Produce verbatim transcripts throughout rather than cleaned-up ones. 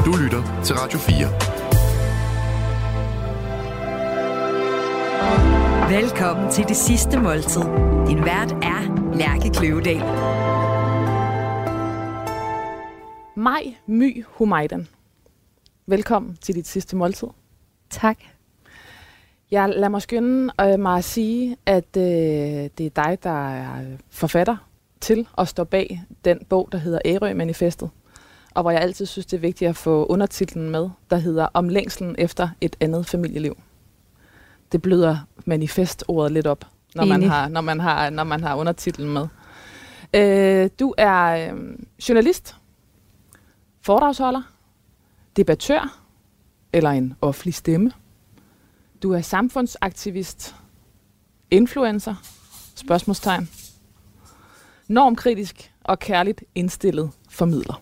Du lytter til Radio fire. Velkommen til Det Sidste Måltid. Din vært er Lærke Kløvedal. Maj My Humaydan. Velkommen til Dit Sidste Måltid. Tak. Jeg lader mig skynde øh, mig at sige, at øh, det er dig, der er forfatter til at stå bag den bog, der hedder Ærø-manifestet. Og hvor jeg altid synes, det er vigtigt at få undertitlen med, der hedder Om længslen efter et andet familieliv. Det bløder manifestordet lidt op, når man har, når man har, når man har undertitlen med. Øh, du er øh, journalist, foredragsholder, debattør eller en offentlig stemme. Du er samfundsaktivist, influencer, spørgsmålstegn, normkritisk og kærligt indstillet formidler.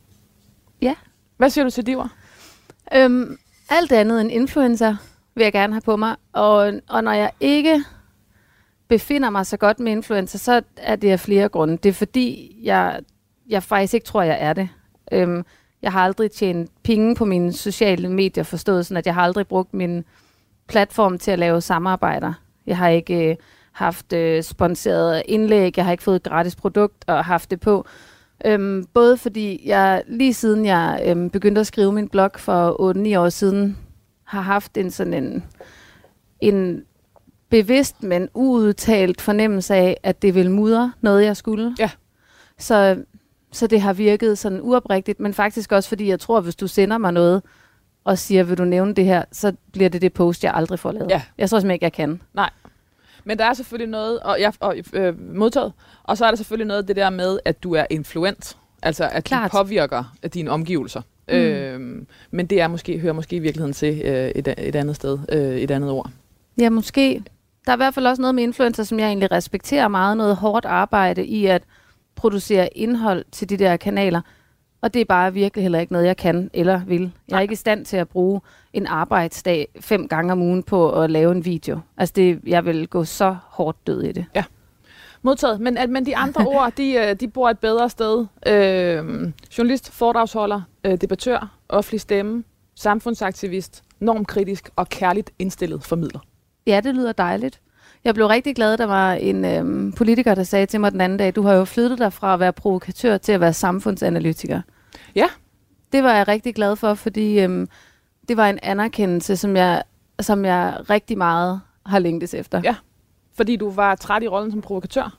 Ja. Hvad siger du til de ord? Øhm, alt andet end influencer vil jeg gerne have på mig. Og, og når jeg ikke befinder mig så godt med influencer, så er det af flere grunde. Det er fordi, jeg, jeg faktisk ikke tror, jeg er det. Øhm, jeg har aldrig tjent penge på mine sociale medier, forstået sådan, at jeg har aldrig brugt min platform til at lave samarbejder. Jeg har ikke øh, haft øh, sponsoreret indlæg, jeg har ikke fået et gratis produkt og haft det på. Øhm, både fordi jeg lige siden jeg øhm, begyndte at skrive min blog for otte ni år siden, har haft en sådan en, en bevidst, men uudtalt fornemmelse af, at det vil mudre noget, jeg skulle. Ja. Så, så det har virket sådan uoprigtigt, men faktisk også fordi jeg tror, hvis du sender mig noget og siger, vil du nævne det her, så bliver det det post, jeg aldrig får lavet. Ja. Jeg tror simpelthen ikke, jeg kan. Nej. Men der er selvfølgelig noget, og jeg og, øh, modtaget, og så er der selvfølgelig noget af det der med, at du er influent, altså at Klart. Du påvirker dine omgivelser. Mm. Øh, men det er måske hører måske i virkeligheden til øh, et, et andet sted, øh, et andet ord. Ja, måske. Der er i hvert fald også noget med influencer, som jeg egentlig respekterer meget, noget hårdt arbejde i at producere indhold til de der kanaler. Og det er bare virkelig heller ikke noget, jeg kan eller vil. Jeg er ikke i stand til at bruge en arbejdsdag fem gange om ugen på at lave en video. Altså, det, jeg vil gå så hårdt død i det. Ja, modtaget. Men, men de andre ord, de, de bor et bedre sted. Øh, journalist, foredragsholder, øh, debattør, offentlig stemme, samfundsaktivist, normkritisk og kærligt indstillet formidler. Ja, det lyder dejligt. Jeg blev rigtig glad, der var en øhm, politiker, der sagde til mig den anden dag, du har jo flyttet dig fra at være provokatør til at være samfundsanalytiker. Ja. Det var jeg rigtig glad for, fordi øhm, det var en anerkendelse, som jeg, som jeg rigtig meget har længtes efter. Ja, fordi du var træt i rollen som provokatør?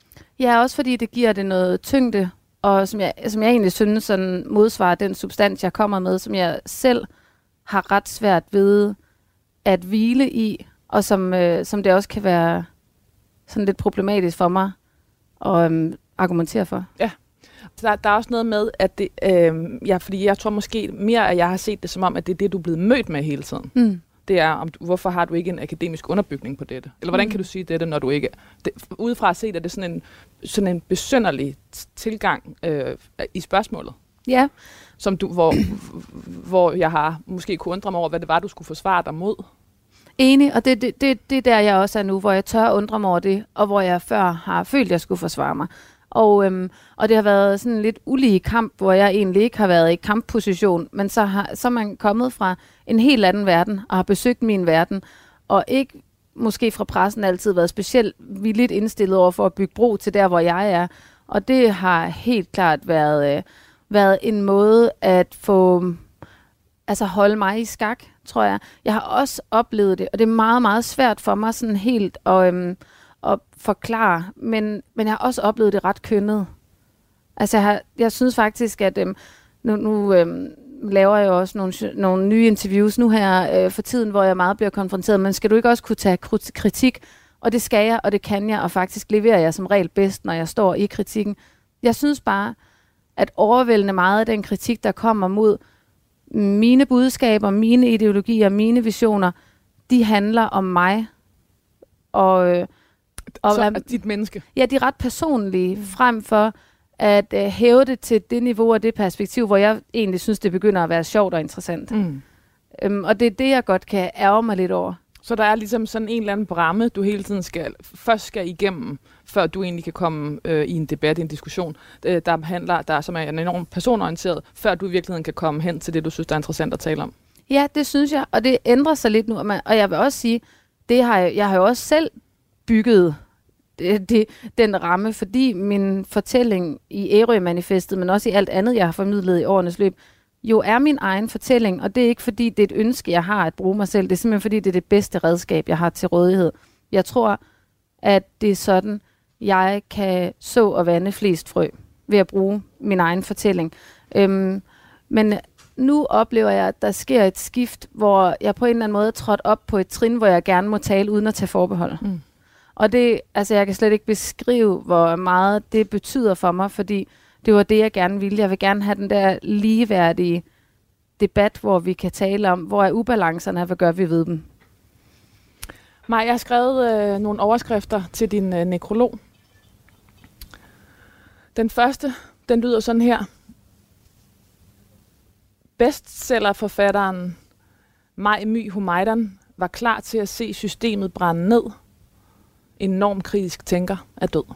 Ja, også fordi det giver det noget tyngde, og som jeg, som jeg egentlig synes sådan modsvarer den substans, jeg kommer med, som jeg selv har ret svært ved at hvile i, og som, øh, som det også kan være sådan lidt problematisk for mig at øh, argumentere for. Ja, der, der er også noget med, at det, øh, ja, fordi jeg tror måske mere, at jeg har set det som om, at det er det, du er blevet mødt med hele tiden. Mm. Det er, om du, hvorfor har du ikke en akademisk underbygning på dette? Eller hvordan mm. kan du sige dette, når du ikke... Det, udefra set er det sådan en, sådan en besynderlig tilgang øh, i spørgsmålet. Ja. Som du, hvor, hvor jeg har måske kunne undre mig over, hvad det var, du skulle forsvare dig mod. Enig, og det, det, det, det er der, jeg også er nu, hvor jeg tør undre mig over det, og hvor jeg før har følt, at jeg skulle forsvare mig. Og, øhm, og det har været sådan en lidt ulige kamp, hvor jeg egentlig ikke har været i kampposition, men så, har, så er man kommet fra en helt anden verden, og har besøgt min verden, og ikke måske fra pressen altid været specielt villigt indstillet over for at bygge bro til der, hvor jeg er. Og det har helt klart været, øh, været en måde at få... altså holde mig i skak, tror jeg. Jeg har også oplevet det, og det er meget, meget svært for mig sådan helt at, øhm, at forklare, men, men jeg har også oplevet det ret kønnet. Altså jeg, har, jeg synes faktisk, at øhm, nu, nu øhm, laver jeg også nogle, nogle nye interviews nu her øh, for tiden, hvor jeg meget bliver konfronteret, men skal du ikke også kunne tage kritik? Og det skal jeg, og det kan jeg, og faktisk leverer jeg som regel bedst, når jeg står i kritikken. Jeg synes bare, at overvældende meget af den kritik, der kommer mod mine budskaber, mine ideologier, mine visioner, de handler om mig. Og, øh, og så er dit menneske? Ja, de er ret personlige, mm. frem for at øh, hæve det til det niveau og det perspektiv, hvor jeg egentlig synes, det begynder at være sjovt og interessant. Mm. Øhm, og det er det, jeg godt kan ærge mig lidt over. Så der er ligesom sådan en eller anden bramme, du hele tiden skal, først skal igennem, før du egentlig kan komme øh, i en debat, en diskussion, øh, der handler, der, som er enormt personorienteret, før du i virkeligheden kan komme hen til det, du synes, der er interessant at tale om. Ja, det synes jeg, og det ændrer sig lidt nu. Og, man, og jeg vil også sige, det har jeg, jeg har jo også selv bygget det, det, den ramme, fordi min fortælling i Ærø-manifestet, men også i alt andet, jeg har formidlet i årenes løb, jo er min egen fortælling, og det er ikke fordi, det er et ønske, jeg har at bruge mig selv. Det er simpelthen fordi, det er det bedste redskab, jeg har til rådighed. Jeg tror, at det er sådan, jeg kan så og vande flest frø ved at bruge min egen fortælling. Øhm, men nu oplever jeg, at der sker et skift, hvor jeg på en eller anden måde er trådt op på et trin, hvor jeg gerne må tale uden at tage forbehold. Mm. Og det, altså jeg kan slet ikke beskrive, hvor meget det betyder for mig, fordi det var det, jeg gerne ville. Jeg vil gerne have den der ligeværdige debat, hvor vi kan tale om, hvor er ubalancerne, og hvad gør vi ved dem. Maj, jeg har skrevet øh, nogle overskrifter til din øh, nekrolog. Den første, den lyder sådan her. Bestsellerforfatteren Maj My Humaydan var klar til at se systemet brænde ned. En enorm kritisk tænker er død.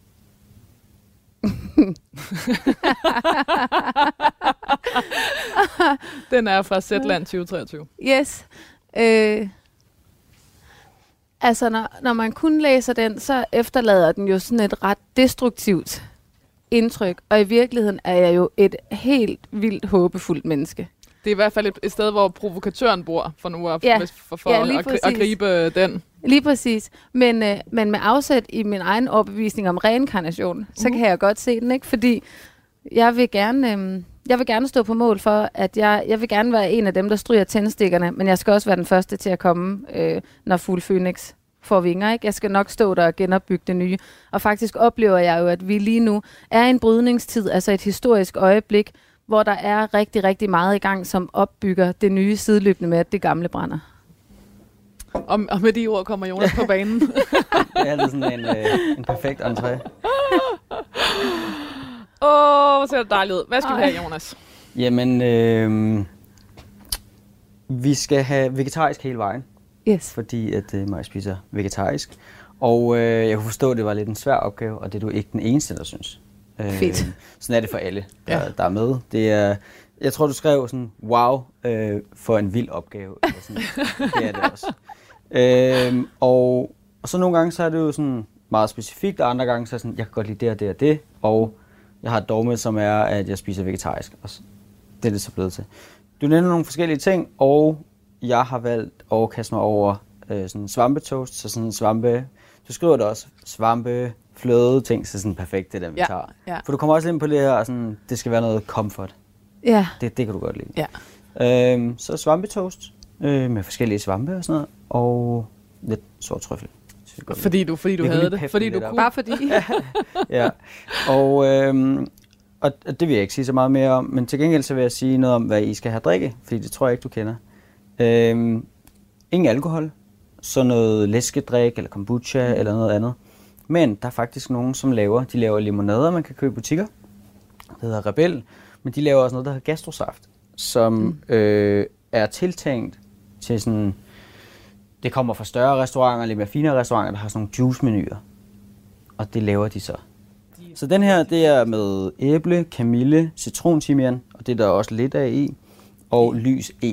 Den er fra Zetland tyve treogtyve. Yes. Øh, altså, når, når man kun læser den, så efterlader den jo sådan et ret destruktivt indtryk. Og i virkeligheden er jeg jo et helt vildt håbefuldt menneske. Det er i hvert fald et, et sted, hvor provokatøren bor, for nu at, ja. for, for ja, at, at gribe den. Lige præcis. Men, øh, men med afsæt i min egen overbevisning om reinkarnation, uh. så kan jeg godt se den, ikke? Fordi jeg vil gerne, øh, jeg vil gerne stå på mål for, at jeg, jeg vil gerne være en af dem, der stryger tændstikkerne, men jeg skal også være den første til at komme, øh, når Fugl Phoenix får vinger, ikke? Jeg skal nok stå der og genopbygge det nye. Og faktisk oplever jeg jo, at vi lige nu er i en brydningstid, altså et historisk øjeblik, hvor der er rigtig, rigtig meget i gang, som opbygger det nye sideløbende med, at det gamle brænder. Og, og med de ord kommer Jonas på banen. Det er altid sådan en, øh, en perfekt entré. Åh, oh, hvor ser det dejligt ud. Hvad skal vi have, Jonas? Jamen, øh, vi skal have vegetarisk hele vejen. Yes. Fordi at øh, mig spiser vegetarisk. Og øh, jeg kunne forstå, at det var lidt en svær opgave, og det er du ikke den eneste, der synes. Fedt. Øh, sådan er det for alle, der, ja. der er med. Det er, jeg tror, du skrev sådan, wow, øh, for en vild opgave. Eller sådan. Det er det også. Øh, og, og så nogle gange, så er det jo sådan meget specifikt, og andre gange, så er sådan, jeg kan godt lide det og det og det, og jeg har et dogme, som er, at jeg spiser vegetarisk. Og det er det så blevet til. Du nævner nogle forskellige ting, og jeg har valgt at kaste mig over øh, sådan svampetoast, så sådan svampe, du skriver det også, svampe, fløde ting, så sådan perfekt det der, vi ja, tager. Ja. For du kommer også ind på det her, sådan, det skal være noget comfort. Ja. Det, det kan du godt lide. Ja. Øhm, så svampetoast øh, med forskellige svampe og sådan noget, og lidt sort trøffel. Fordi du, fordi du havde det? Fordi du kunne? Bare fordi? Ja, og, øhm, og det vil jeg ikke sige så meget mere om, men til gengæld så vil jeg sige noget om, hvad I skal have drikke, fordi det tror jeg ikke, du kender. Øhm, ingen alkohol, så noget læskedrik eller kombucha mm. eller noget andet. Men der er faktisk nogen, som laver, de laver limonader, man kan købe i butikker. Det hedder Rebel, men de laver også noget, der hedder gastrosaft, som mm. øh, er tiltænkt til sådan, det kommer fra større restauranter, lidt mere finere restauranter, der har sådan nogle juice-menuer. Og det laver de så. Så den her, det er med æble, kamille, citrontimian, og det er der også lidt af i, og lys E.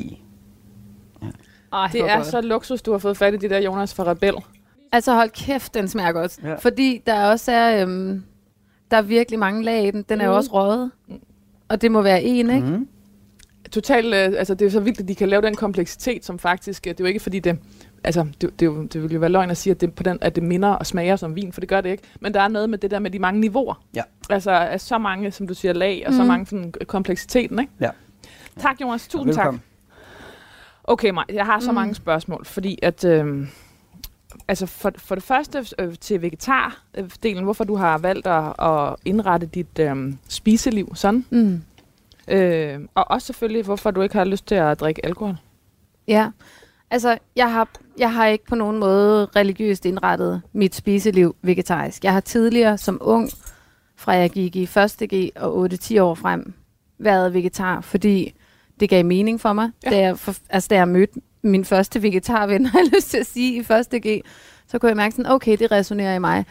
Ja. Ej, det er godt. Så luksus, du har fået fat i de der Jonas fra Rebel. Altså hold kæft, den smager godt. Ja. Fordi der også er, øhm, der er virkelig mange lag i den. Den er mm. jo også røget. Og det må være en, ikke? Mm. Totalt, øh, altså det er så vildt, at de kan lave den kompleksitet, som faktisk, det er jo ikke fordi det, altså det, det, det vil jo være løgn at sige, at det, på den, at det minder og smager som vin, for det gør det ikke. Men der er noget med det der med de mange niveauer. Ja. Altså af så mange, som du siger, lag, og mm. så mange sådan, kompleksiteten, ikke? Ja. Tak, Jonas. Tusind tak. Okay, Maj, jeg har så mm. mange spørgsmål, fordi at, øh, altså for, for det første øh, til vegetardelen, hvorfor du har valgt at, at indrette dit øh, spiseliv sådan. Mm. Øh, og også selvfølgelig, hvorfor du ikke har lyst til at drikke alkohol. Ja, altså jeg har, jeg har ikke på nogen måde religiøst indrettet mit spiseliv vegetarisk. Jeg har tidligere som ung, fra jeg gik i første G og otte til ti år frem, været vegetar, fordi det gav mening for mig, ja. da, jeg for, altså, da jeg mødte min første vegetarven, har jeg lyst til at sige, i første G, så kunne jeg mærke sådan, okay, det resonerer i mig.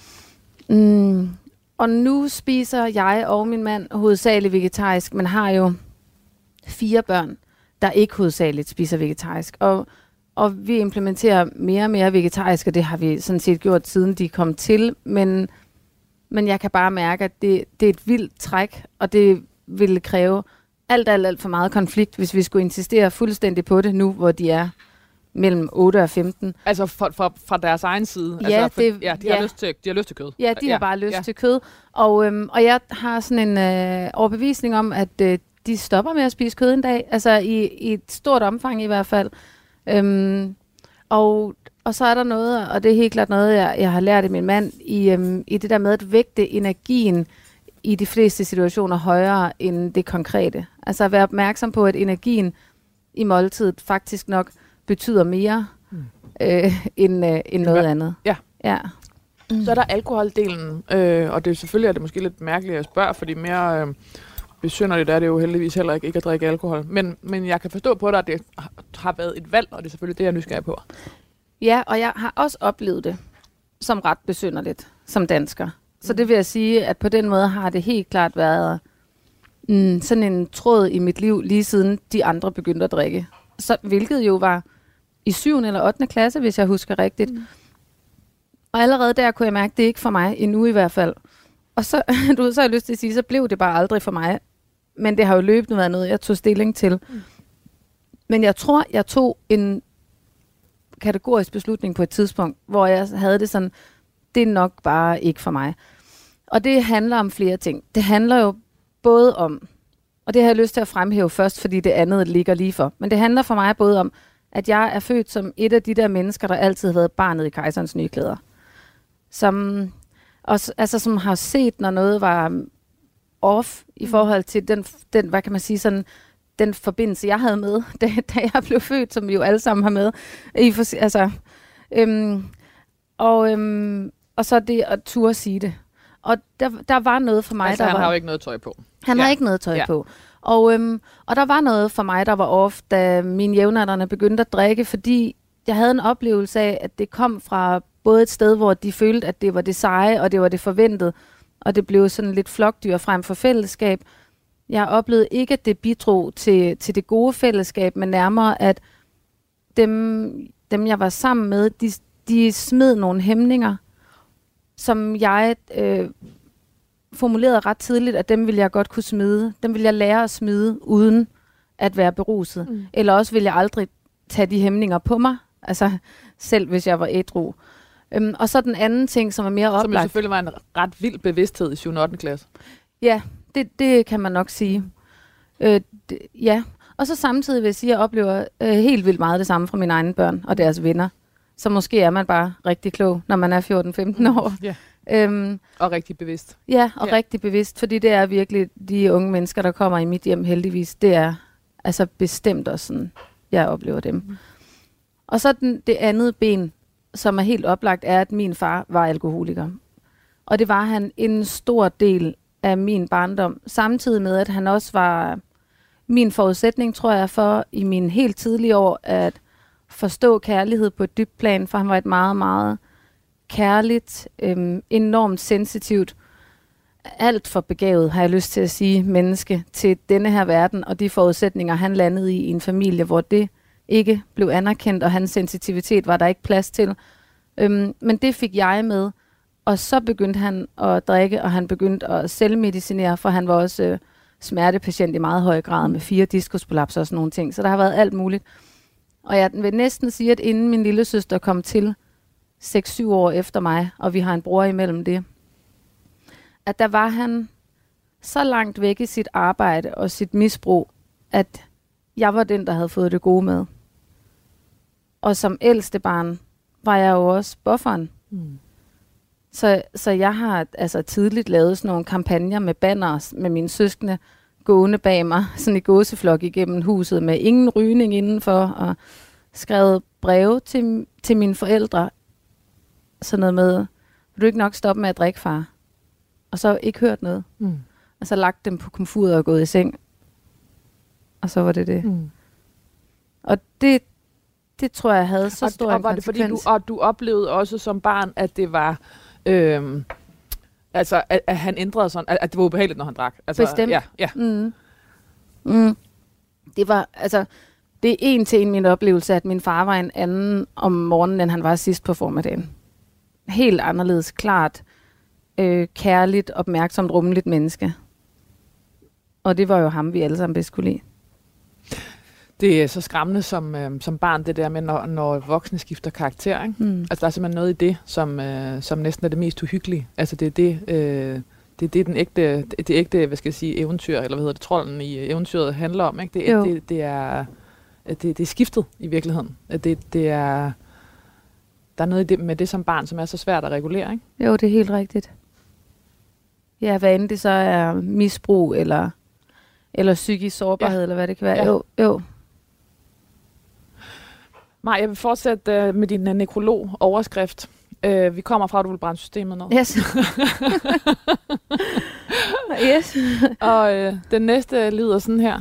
Mm. Og nu spiser jeg og min mand hovedsageligt vegetarisk, men har jo fire børn, der ikke hovedsageligt spiser vegetarisk. Og, og vi implementerer mere og mere vegetarisk, og det har vi sådan set gjort, siden de kom til. Men, men jeg kan bare mærke, at det, det er et vildt træk, og det ville kræve alt, alt, alt for meget konflikt, hvis vi skulle insistere fuldstændig på det nu, hvor de er mellem otte og femten. Altså fra, fra, fra deres egen side? Ja, altså, for, det, ja, de, ja. Har lyst til, de har lyst til kød. Ja, de ja, har bare lyst ja. til kød. Og, øhm, og jeg har sådan en øh, overbevisning om, at øh, de stopper med at spise kød en dag. Altså i, i et stort omfang i hvert fald. Øhm, og, og så er der noget, og det er helt klart noget, jeg, jeg har lært af min mand, i, øhm, i det der med at vægte energien i de fleste situationer højere end det konkrete. Altså at være opmærksom på, at energien i måltidet faktisk nok betyder mere mm. øh, end, øh, end noget ja. andet. Ja. ja. Mm. Så er der alkoholdelen, øh, og det er selvfølgelig er det måske lidt mærkeligt at spørge, fordi mere øh, besynderligt er det jo heldigvis heller ikke, ikke at drikke alkohol. Men, men jeg kan forstå på dig, at det har været et valg, og det er selvfølgelig det, jeg er nysgerrig på. Ja, og jeg har også oplevet det som ret besynderligt som dansker. Så det vil jeg sige, at på den måde har det helt klart været mm, sådan en tråd i mit liv, lige siden de andre begyndte at drikke. Så, hvilket jo var i syvende eller ottende klasse, hvis jeg husker rigtigt. Mm. Og allerede der kunne jeg mærke, at det ikke for mig, endnu i hvert fald. Og så, du ved, så har jeg lyst til at sige, så blev det bare aldrig for mig. Men det har jo løbende været noget, jeg tog stilling til. Mm. Men jeg tror, jeg tog en kategorisk beslutning på et tidspunkt, hvor jeg havde det sådan, det er nok bare ikke for mig. Og det handler om flere ting. Det handler jo både om, og det har jeg lyst til at fremhæve først, fordi det andet ligger lige for, men det handler for mig både om, at jeg er født som et af de der mennesker, der altid har været barnet i kejserens nye klæder. Som, også, altså, som har set, når noget var off i forhold til den, den hvad kan man sige, sådan, den forbindelse, jeg havde med, da, da jeg blev født, som vi jo alle sammen har med. I for, altså, øhm, og, øhm, og så det at turde sige det. Og der, der var noget for mig, altså, der han var... har jo ikke noget tøj på. Han ja. har ikke noget tøj ja. på. Og, øhm, og der var noget for mig, der var off, da mine jævnaldrende begyndte at drikke, fordi jeg havde en oplevelse af, at det kom fra både et sted, hvor de følte, at det var det seje, og det var det forventede, og det blev sådan lidt flokdyr frem for fællesskab. Jeg oplevede ikke, at det bidrog til, til det gode fællesskab, men nærmere, at dem, dem jeg var sammen med, de, de smed nogle hæmninger, som jeg øh, formulerede ret tidligt, at dem ville jeg godt kunne smide. Dem ville jeg lære at smide, uden at være beruset. Mm. Eller også ville jeg aldrig tage de hæmninger på mig, altså selv hvis jeg var ædru. Øhm, og så den anden ting, som er mere oplagt. Som jo selvfølgelig var en ret vild bevidsthed i syvende og ottende klasse. Ja, det, det kan man nok sige. Øh, det, ja, og så samtidig vil jeg sige, at jeg oplever øh, helt vildt meget det samme fra mine egne børn og deres venner. Så måske er man bare rigtig klog, når man er fjorten femten år. Ja. Øhm, og rigtig bevidst. Ja, og ja. rigtig bevidst, fordi det er virkelig de unge mennesker, der kommer i mit hjem heldigvis. Det er altså bestemt også sådan, jeg oplever dem. Mm. Og så den, det andet ben, som er helt oplagt, er, at min far var alkoholiker. Og det var han en stor del af min barndom, samtidig med, at han også var min forudsætning, tror jeg, for i mine helt tidlige år, at forstå kærlighed på et dybt plan, for han var et meget, meget kærligt, øhm, enormt sensitivt, alt for begavet, har jeg lyst til at sige, menneske til denne her verden, og de forudsætninger, han landede i, i en familie, hvor det ikke blev anerkendt, og hans sensitivitet var der ikke plads til. Øhm, men det fik jeg med, og så begyndte han at drikke, og han begyndte at selvmedicinere, for han var også øh, smertepatient i meget høj grad med fire diskusprolapser og sådan nogle ting. Så der har været alt muligt. Og jeg vil næsten sige, at inden min lille søster kom til, seks syv år efter mig, og vi har en bror imellem det, at der var han så langt væk i sit arbejde og sit misbrug, at jeg var den, der havde fået det gode med. Og som ældste barn var jeg jo også bufferen. Mm. Så, så jeg har altså tidligt lavet sådan nogle kampagner med bannere med mine søskende gående bag mig, sådan i gåseflok igennem huset med ingen rygning indenfor, og skrevet breve til, til mine forældre. Sådan noget med, vil du ikke nok stoppe med at drikke, far? Og så ikke hørt noget. Mm. Og så lagt dem på komfuret og gået i seng. Og så var det det. Mm. Og det, Det tror jeg havde så stor og, en og var det fordi, du, konsekvens. og du oplevede også som barn, at det var... Øhm, altså, at, at han ændrede sådan... At, at det var ubehageligt, når han drak. Altså, Bestemt. Ja, ja. Mm. Mm. Det var, altså... Det er en til en min oplevelse, at min far var en anden om morgenen, end han var sidst på formiddagen. Helt anderledes, klart, øh, kærligt, opmærksomt, rummeligt menneske. Og det var jo ham, vi alle sammen bedst kunne lide. Det er så skræmmende som, øh, som barn, det der med, når, når voksne skifter karakter. Ikke? Mm. Altså, der er simpelthen noget i det, som, øh, som næsten er det mest uhyggelige. Altså, det er det, øh, det, er det den ægte, det, det ægte, hvad skal jeg sige, eventyr, eller hvad hedder det, trolden i eventyret handler om. Ikke? Det, Jo. det, det, er, det, det er skiftet i virkeligheden. Det, det er, der er noget i det, med det som barn, som er så svært at regulere. Ikke? Jo, det er helt rigtigt. Ja, hvad end det så er misbrug, eller, eller psykisk sårbarhed, ja. Eller hvad det kan være. Ja. Jo, jo. Maj, jeg vil fortsætte uh, med din uh, nekrolog-overskrift. Uh, vi kommer fra, at du vil brænde systemet ned. Yes. Yes. Og uh, den næste lyder sådan her.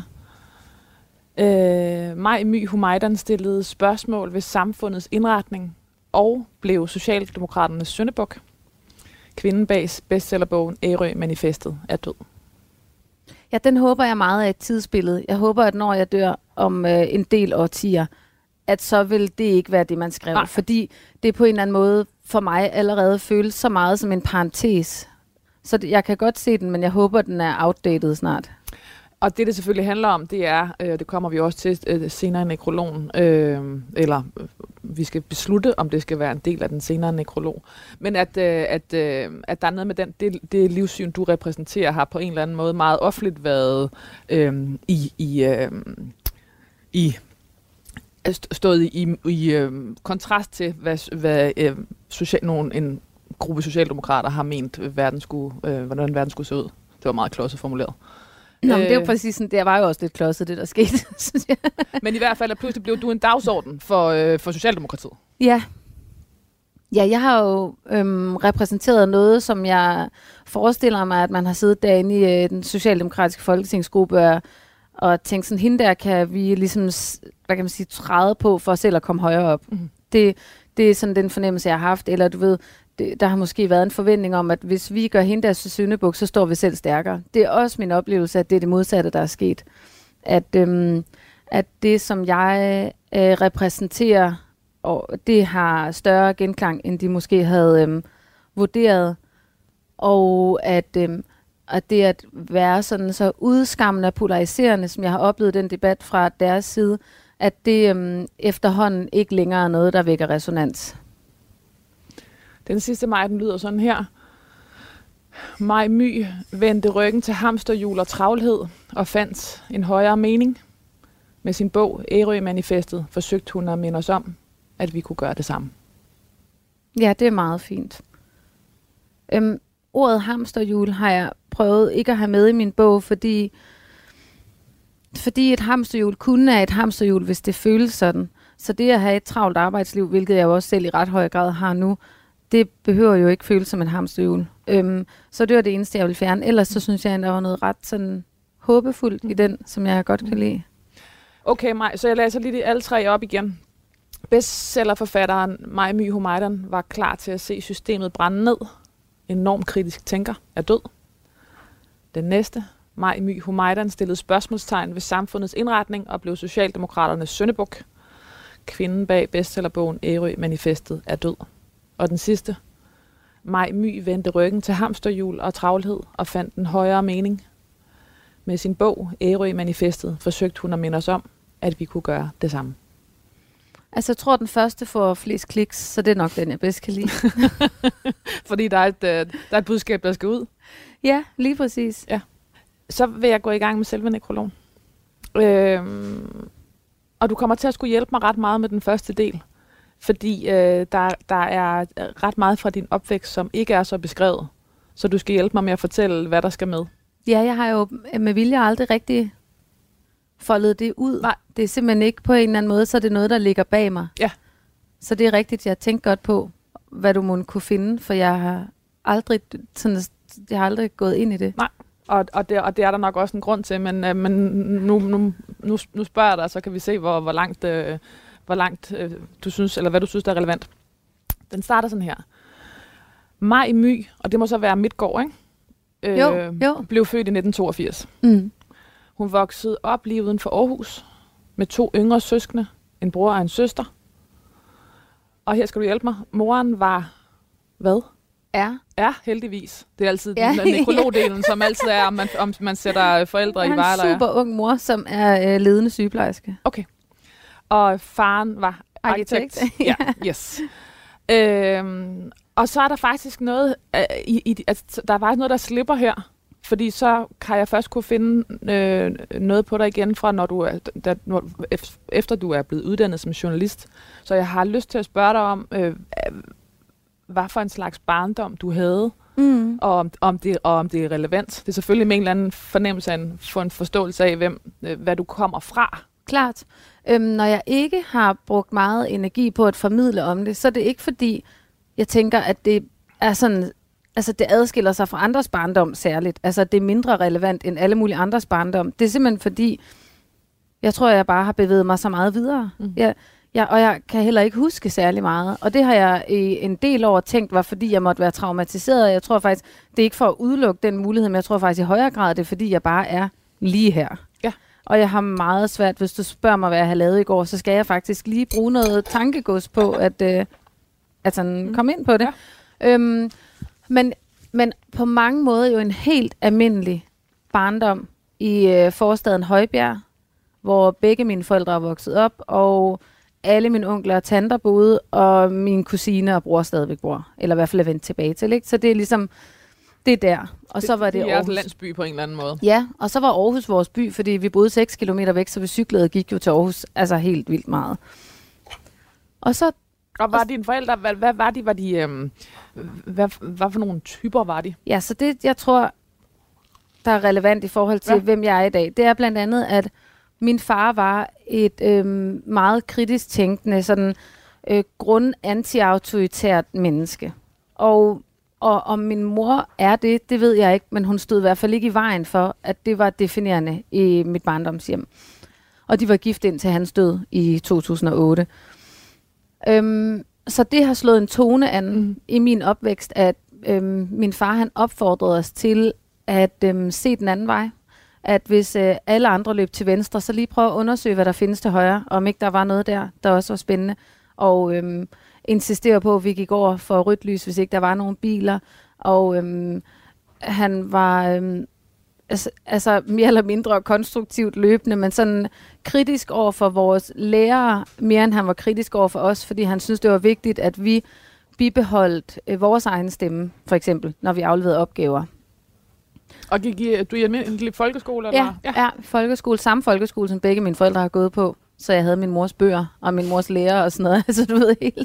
Uh, Maj My Humaydan stillede spørgsmål ved samfundets indretning og blev Socialdemokraternes syndebuk. Kvinden bag bestsellerbogen Ærø Manifestet er død. Ja, den håber jeg meget af et tidsbillede. Jeg håber, at når jeg dør om øh, en del årtier, at så vil det ikke være det, man skrev. Nej. Fordi det på en eller anden måde for mig allerede føles så meget som en parentes. Så det, jeg kan godt se den, men jeg håber, den er outdated snart. Og det, det selvfølgelig handler om, det er, øh, det kommer vi også til øh, senere i nekrologen, øh, eller øh, vi skal beslutte, om det skal være en del af den senere nekrolog. Men at, øh, at, øh, at der er noget med den, det, det livssyn, du repræsenterer, har på en eller anden måde meget offentligt været øh, i, i, øh, i stået i, i øh, kontrast til, hvad, hvad øh, social, nogen, en gruppe socialdemokrater har ment, verden skulle, øh, hvordan verden skulle se ud. Det var meget klodset formuleret. Nå, men det er jo præcis sådan, det var jo også lidt klodset, det der skete, synes jeg. Men i hvert fald, at pludselig blev du en dagsorden for, øh, for Socialdemokratiet. Ja. Ja, jeg har jo øhm, repræsenteret noget, som jeg forestiller mig, at man har siddet derinde i øh, den socialdemokratiske folketingsgruppe og, og tænkt sådan, hende der kan vi ligesom, hvad kan man sige, træde på for selv at komme højere op. Mm-hmm. Det, det er sådan den fornemmelse, jeg har haft. Eller du ved, det, der har måske været en forventning om, at hvis vi gør hende der syndebuk, så står vi selv stærkere. Det er også min oplevelse, at det er det modsatte, der er sket. At, øhm, at det, som jeg øh, repræsenterer, og det har større genklang, end de måske havde øhm, vurderet. Og at, øhm, at det at være sådan så udskammende og polariserende, som jeg har oplevet den debat fra deres side, at det øhm, efterhånden ikke længere er noget, der vækker resonans. Den sidste maj, den lyder sådan her. Maj My vendte ryggen til hamsterhjul og travlhed og fandt en højere mening. Med sin bog Ærø Manifestet forsøgte hun at minde os om, at vi kunne gøre det samme. Ja, det er meget fint. Øhm, ordet hamsterhjul har jeg prøvet ikke at have med i min bog, fordi, fordi et hamsterhjul kun er et hamsterhjul, hvis det føles sådan. Så det at have et travlt arbejdsliv, hvilket jeg jo også selv i ret høj grad har nu, det behøver jo ikke føles som et hamsterhjul. Øhm, så det var det eneste, jeg ville fjerne. Ellers så synes jeg, at der var noget ret sådan håbefuldt i den, som jeg godt kan lide. Okay, Maj, så jeg læser lige alle tre op igen. Bestsellerforfatteren Maj My Humaydan var klar til at se systemet brænde ned. Enormt kritisk tænker er død. Den næste, Maj My Humaydan, stillede spørgsmålstegn ved samfundets indretning og blev Socialdemokraternes syndebuk. Kvinden bag bestsellerbogen Ærø Manifestet er død. Og den sidste, Maj My vendte ryggen til hamsterhjul og travlhed og fandt en højere mening. Med sin bog Ærø Manifestet forsøgte hun at minde os om, at vi kunne gøre det samme. Altså, jeg tror, den første får flest kliks, så det er nok den, jeg bedst kan lide. Fordi der er, et, der er et budskab, der skal ud. Ja, lige præcis. Ja. Så vil jeg gå i gang med selve nekrologen. Øhm, og du kommer til at skulle hjælpe mig ret meget med den første del. Fordi øh, der, der er ret meget fra din opvækst, som ikke er så beskrevet. Så du skal hjælpe mig med at fortælle, hvad der skal med. Ja, jeg har jo med vilje aldrig rigtig foldet det ud. Nej. Det er simpelthen ikke på en eller anden måde, så er det noget, der ligger bag mig. Ja. Så det er rigtigt, jeg tænkte godt på, hvad du må kunne finde, for jeg har aldrig, sådan, jeg har aldrig gået ind i det. Nej, og, og, det, og det er der nok også en grund til, men, øh, men nu, nu, nu, nu spørger jeg dig, så kan vi se, hvor, hvor langt... Øh, hvor langt øh, du synes, eller hvad du synes, der er relevant. Den starter sådan her. Maj My, og det må så være Midtgaard, ikke? Øh, Jo, jo. Blev født i nitten toogfirs. Mm. Hun voksede op lige uden for Aarhus med to yngre søskende, en bror og en søster. Og her skal du hjælpe mig. Moren var hvad? Er. Ja, heldigvis. Det er altid Ja. den nekrologdelen, som altid er, om man, om man sætter forældre Jeg i har varer. en super ung mor, som er øh, ledende sygeplejerske. Okay. Og faren var arkitekt. Arkitekt. Ja, yes. Øhm, og så er der faktisk noget, øh, i, i, altså, der er faktisk noget, der slipper her. Fordi så kan jeg først kunne finde øh, noget på dig igen fra, når du er, da, når, efter du er blevet uddannet som journalist. Så jeg har lyst til at spørge dig om, øh, hvad for en slags barndom du havde, Mm. og om, om det, og om det er relevant. Det er selvfølgelig med en eller anden fornemmelse af en, for en forståelse af, hvem, øh, hvad du kommer fra. Klart. Øhm, når jeg ikke har brugt meget energi på at formidle om det, så er det ikke fordi, jeg tænker, at det er sådan, altså det adskiller sig fra andres barndom særligt. Altså det er mindre relevant end alle mulige andres barndom. Det er simpelthen fordi, jeg tror, jeg bare har bevæget mig så meget videre. Mm. Jeg, jeg, og jeg kan heller ikke huske særlig meget. Og det har jeg i en del år tænkt, var fordi jeg måtte være traumatiseret. Jeg tror faktisk, det er ikke for at udelukke den mulighed, men jeg tror faktisk i højere grad, det er fordi, jeg bare er lige her. Ja. Og jeg har meget svært, hvis du spørger mig, hvad jeg har lavet i går, så skal jeg faktisk lige bruge noget tankegods på, at, øh, at sådan, mm. komme ind på det. Ja. Øhm, men, men på mange måder jo en helt almindelig barndom i øh, forstaden Højbjerg, hvor begge mine forældre er vokset op, og alle mine onkler og tanter boede, og min kusine og bror stadigvæk bor. Eller i hvert fald er vendt tilbage til, ikke? Så det er ligesom, det er der. Og det, så var det, det er Aarhus. jeres landsby på en eller anden måde. Ja, og så var Aarhus vores by, fordi vi boede seks kilometer væk, så vi cyklede og gik jo til Aarhus, altså helt vildt meget. Og så... Og var dine forældre, hvad, hvad var de, var de, øhm, hvad, hvad for nogle typer var de? Ja, så det, jeg tror, der er relevant i forhold til, ja. hvem jeg er i dag, det er blandt andet, at min far var et øhm, meget kritisk tænkende, sådan øh, grund-anti-autoritært menneske. Og, og om min mor er det, det ved jeg ikke, men hun stod i hvert fald ikke i vejen for, at det var definerende i mit barndomshjem. Og de var gift indtil hans død i to tusind og otte. Øhm, så det har slået en tone an mm. i min opvækst, at øhm, min far han opfordrede os til at øhm, se den anden vej. At hvis øh, alle andre løb til venstre, så lige prøve at undersøge, hvad der findes til højre, og om ikke der var noget der, der også var spændende. Og øhm, insistere på, at vi gik over for rødt lys, hvis ikke der var nogen biler. Og øhm, han var øhm, altså, altså mere eller mindre konstruktivt løbende, men sådan kritisk over for vores lærere, mere end han var kritisk over for os, fordi han synes, det var vigtigt, at vi bibeholdt øh, vores egen stemme, for eksempel, når vi afleverede opgaver. Og gik I, du i almindelig folkeskole? Eller? Ja, ja. ja, folkeskole, samme folkeskole, som begge mine forældre har gået på. Så jeg havde min mors bøger og min mors lærer og sådan noget. Altså, du ved helt.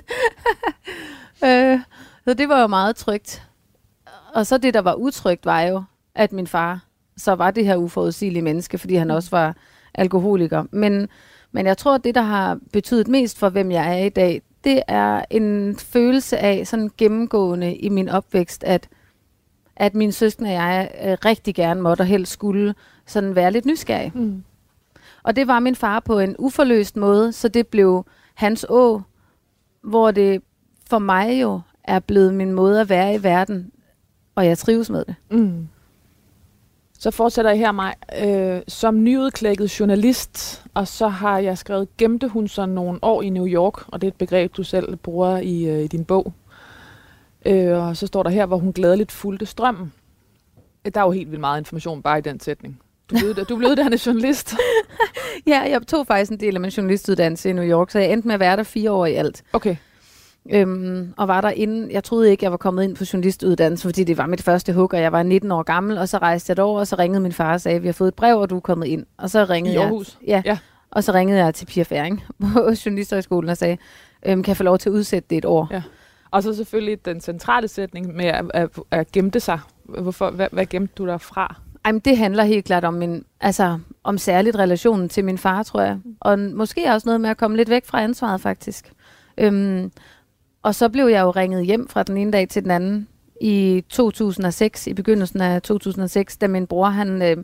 øh, så det var jo meget trygt. Og så det, der var utrygt, var jo, at min far så var det her uforudsigelige menneske, fordi han også var alkoholiker. Men, men jeg tror, at det, der har betydet mest for, hvem jeg er i dag, det er en følelse af sådan gennemgående i min opvækst, at at min søskende og jeg øh, rigtig gerne måtte og helst skulle sådan være lidt nysgerrig. Mm. Og det var min far på en uforløst måde, så det blev hans å, hvor det for mig jo er blevet min måde at være i verden, og jeg trives med det. Mm. Så fortsætter jeg her mig øh, som nyudklækket journalist, og så har jeg skrevet, gemte hun så nogle år i New York, og det er et begreb, du selv bruger i, øh, i din bog. Øh, og så står der her, hvor hun glædeligt fulgte strømmen. Der er jo helt vildt meget information bare i den sætning. Du blev, du blev uddannet journalist. Ja, jeg tog faktisk en del af min journalistuddannelse i New York, så jeg endte med at være der fire år i alt. Okay. Øhm, og var der inden, jeg troede ikke, jeg var kommet ind på journalistuddannelsen, fordi det var mit første hug, og jeg var nitten år gammel, og så rejste jeg derover, og så ringede min far og sagde, vi har fået et brev, og du er kommet ind. Og så ringede I Aarhus? Jeg, ja, ja, og så ringede jeg til Pia Færing på Journalisthøjskolen og sagde, øhm, kan jeg få lov til at udsætte det et år? Ja. Og så selvfølgelig den centrale sætning med at, at, at gemte sig. Hvorfor, hvad, hvad gemte du der fra? Jamen, det handler helt klart om, min, altså, om særligt relationen til min far, tror jeg. Og måske også noget med at komme lidt væk fra ansvaret, faktisk. Øhm, og så blev jeg jo ringet hjem fra den ene dag til den anden i to tusind og seks, i begyndelsen af to tusind og seks, da min bror han, øh,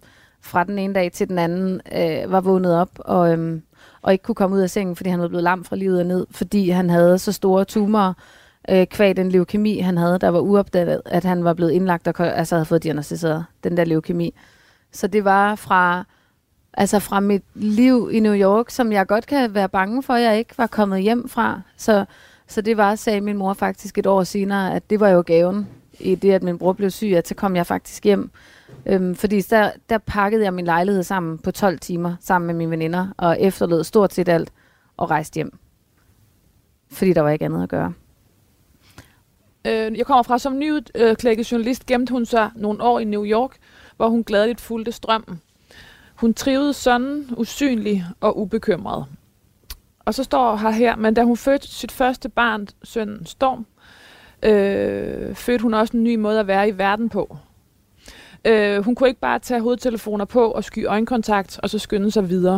fra den ene dag til den anden øh, var vågnet op og, øhm, og ikke kunne komme ud af sengen, fordi han var blevet lam fra livet og ned, fordi han havde så store tumorer, øh, kvad den leukemi, han havde, der var uopdaget, at han var blevet indlagt og altså havde fået diagnosticeret den der leukemi. Så det var fra, altså fra mit liv i New York, som jeg godt kan være bange for, at jeg ikke var kommet hjem fra. Så, så det var, sagde min mor faktisk et år senere, at det var jo gaven i det, at min bror blev syg, at så kom jeg faktisk hjem. Øhm, fordi der, der pakkede jeg min lejlighed sammen på tolv timer, sammen med mine veninder, og efterlod stort set alt og rejste hjem. Fordi der var ikke andet at gøre. Øh, jeg kommer fra som nyudklækket journalist, gemte hun sig nogle år i New York, hvor hun gladeligt fulgte strømmen. Hun trivedes sådan, usynlig og ubekymret. Og så står her her, men da hun fødte sit første barn, sønnen Storm, øh, fødte hun også en ny måde at være i verden på. Øh, hun kunne ikke bare tage hovedtelefoner på og sky øjenkontakt, og så skynde sig videre.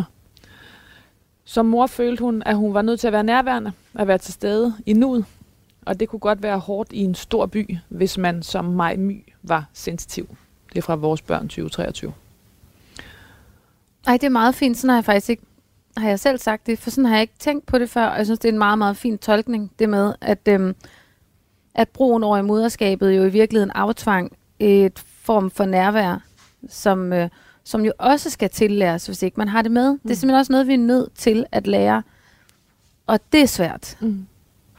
Som mor følte hun, at hun var nødt til at være nærværende, at være til stede i nuet. Og det kunne godt være hårdt i en stor by, hvis man som Maj My var sensitiv. Det er fra Vores Børn tyve treogtyve. Ej, det er meget fint. Sådan har jeg faktisk ikke, har jeg selv sagt det, for sådan har jeg ikke tænkt på det før. Og jeg synes, det er en meget, meget fin tolkning, det med, at, øhm, at broen over i moderskabet jo i virkeligheden aftvang et form for nærvær, som, øh, som jo også skal tillæres, hvis ikke man har det med. Mm. Det er simpelthen også noget, vi er nødt til at lære. Og det er svært. Mm.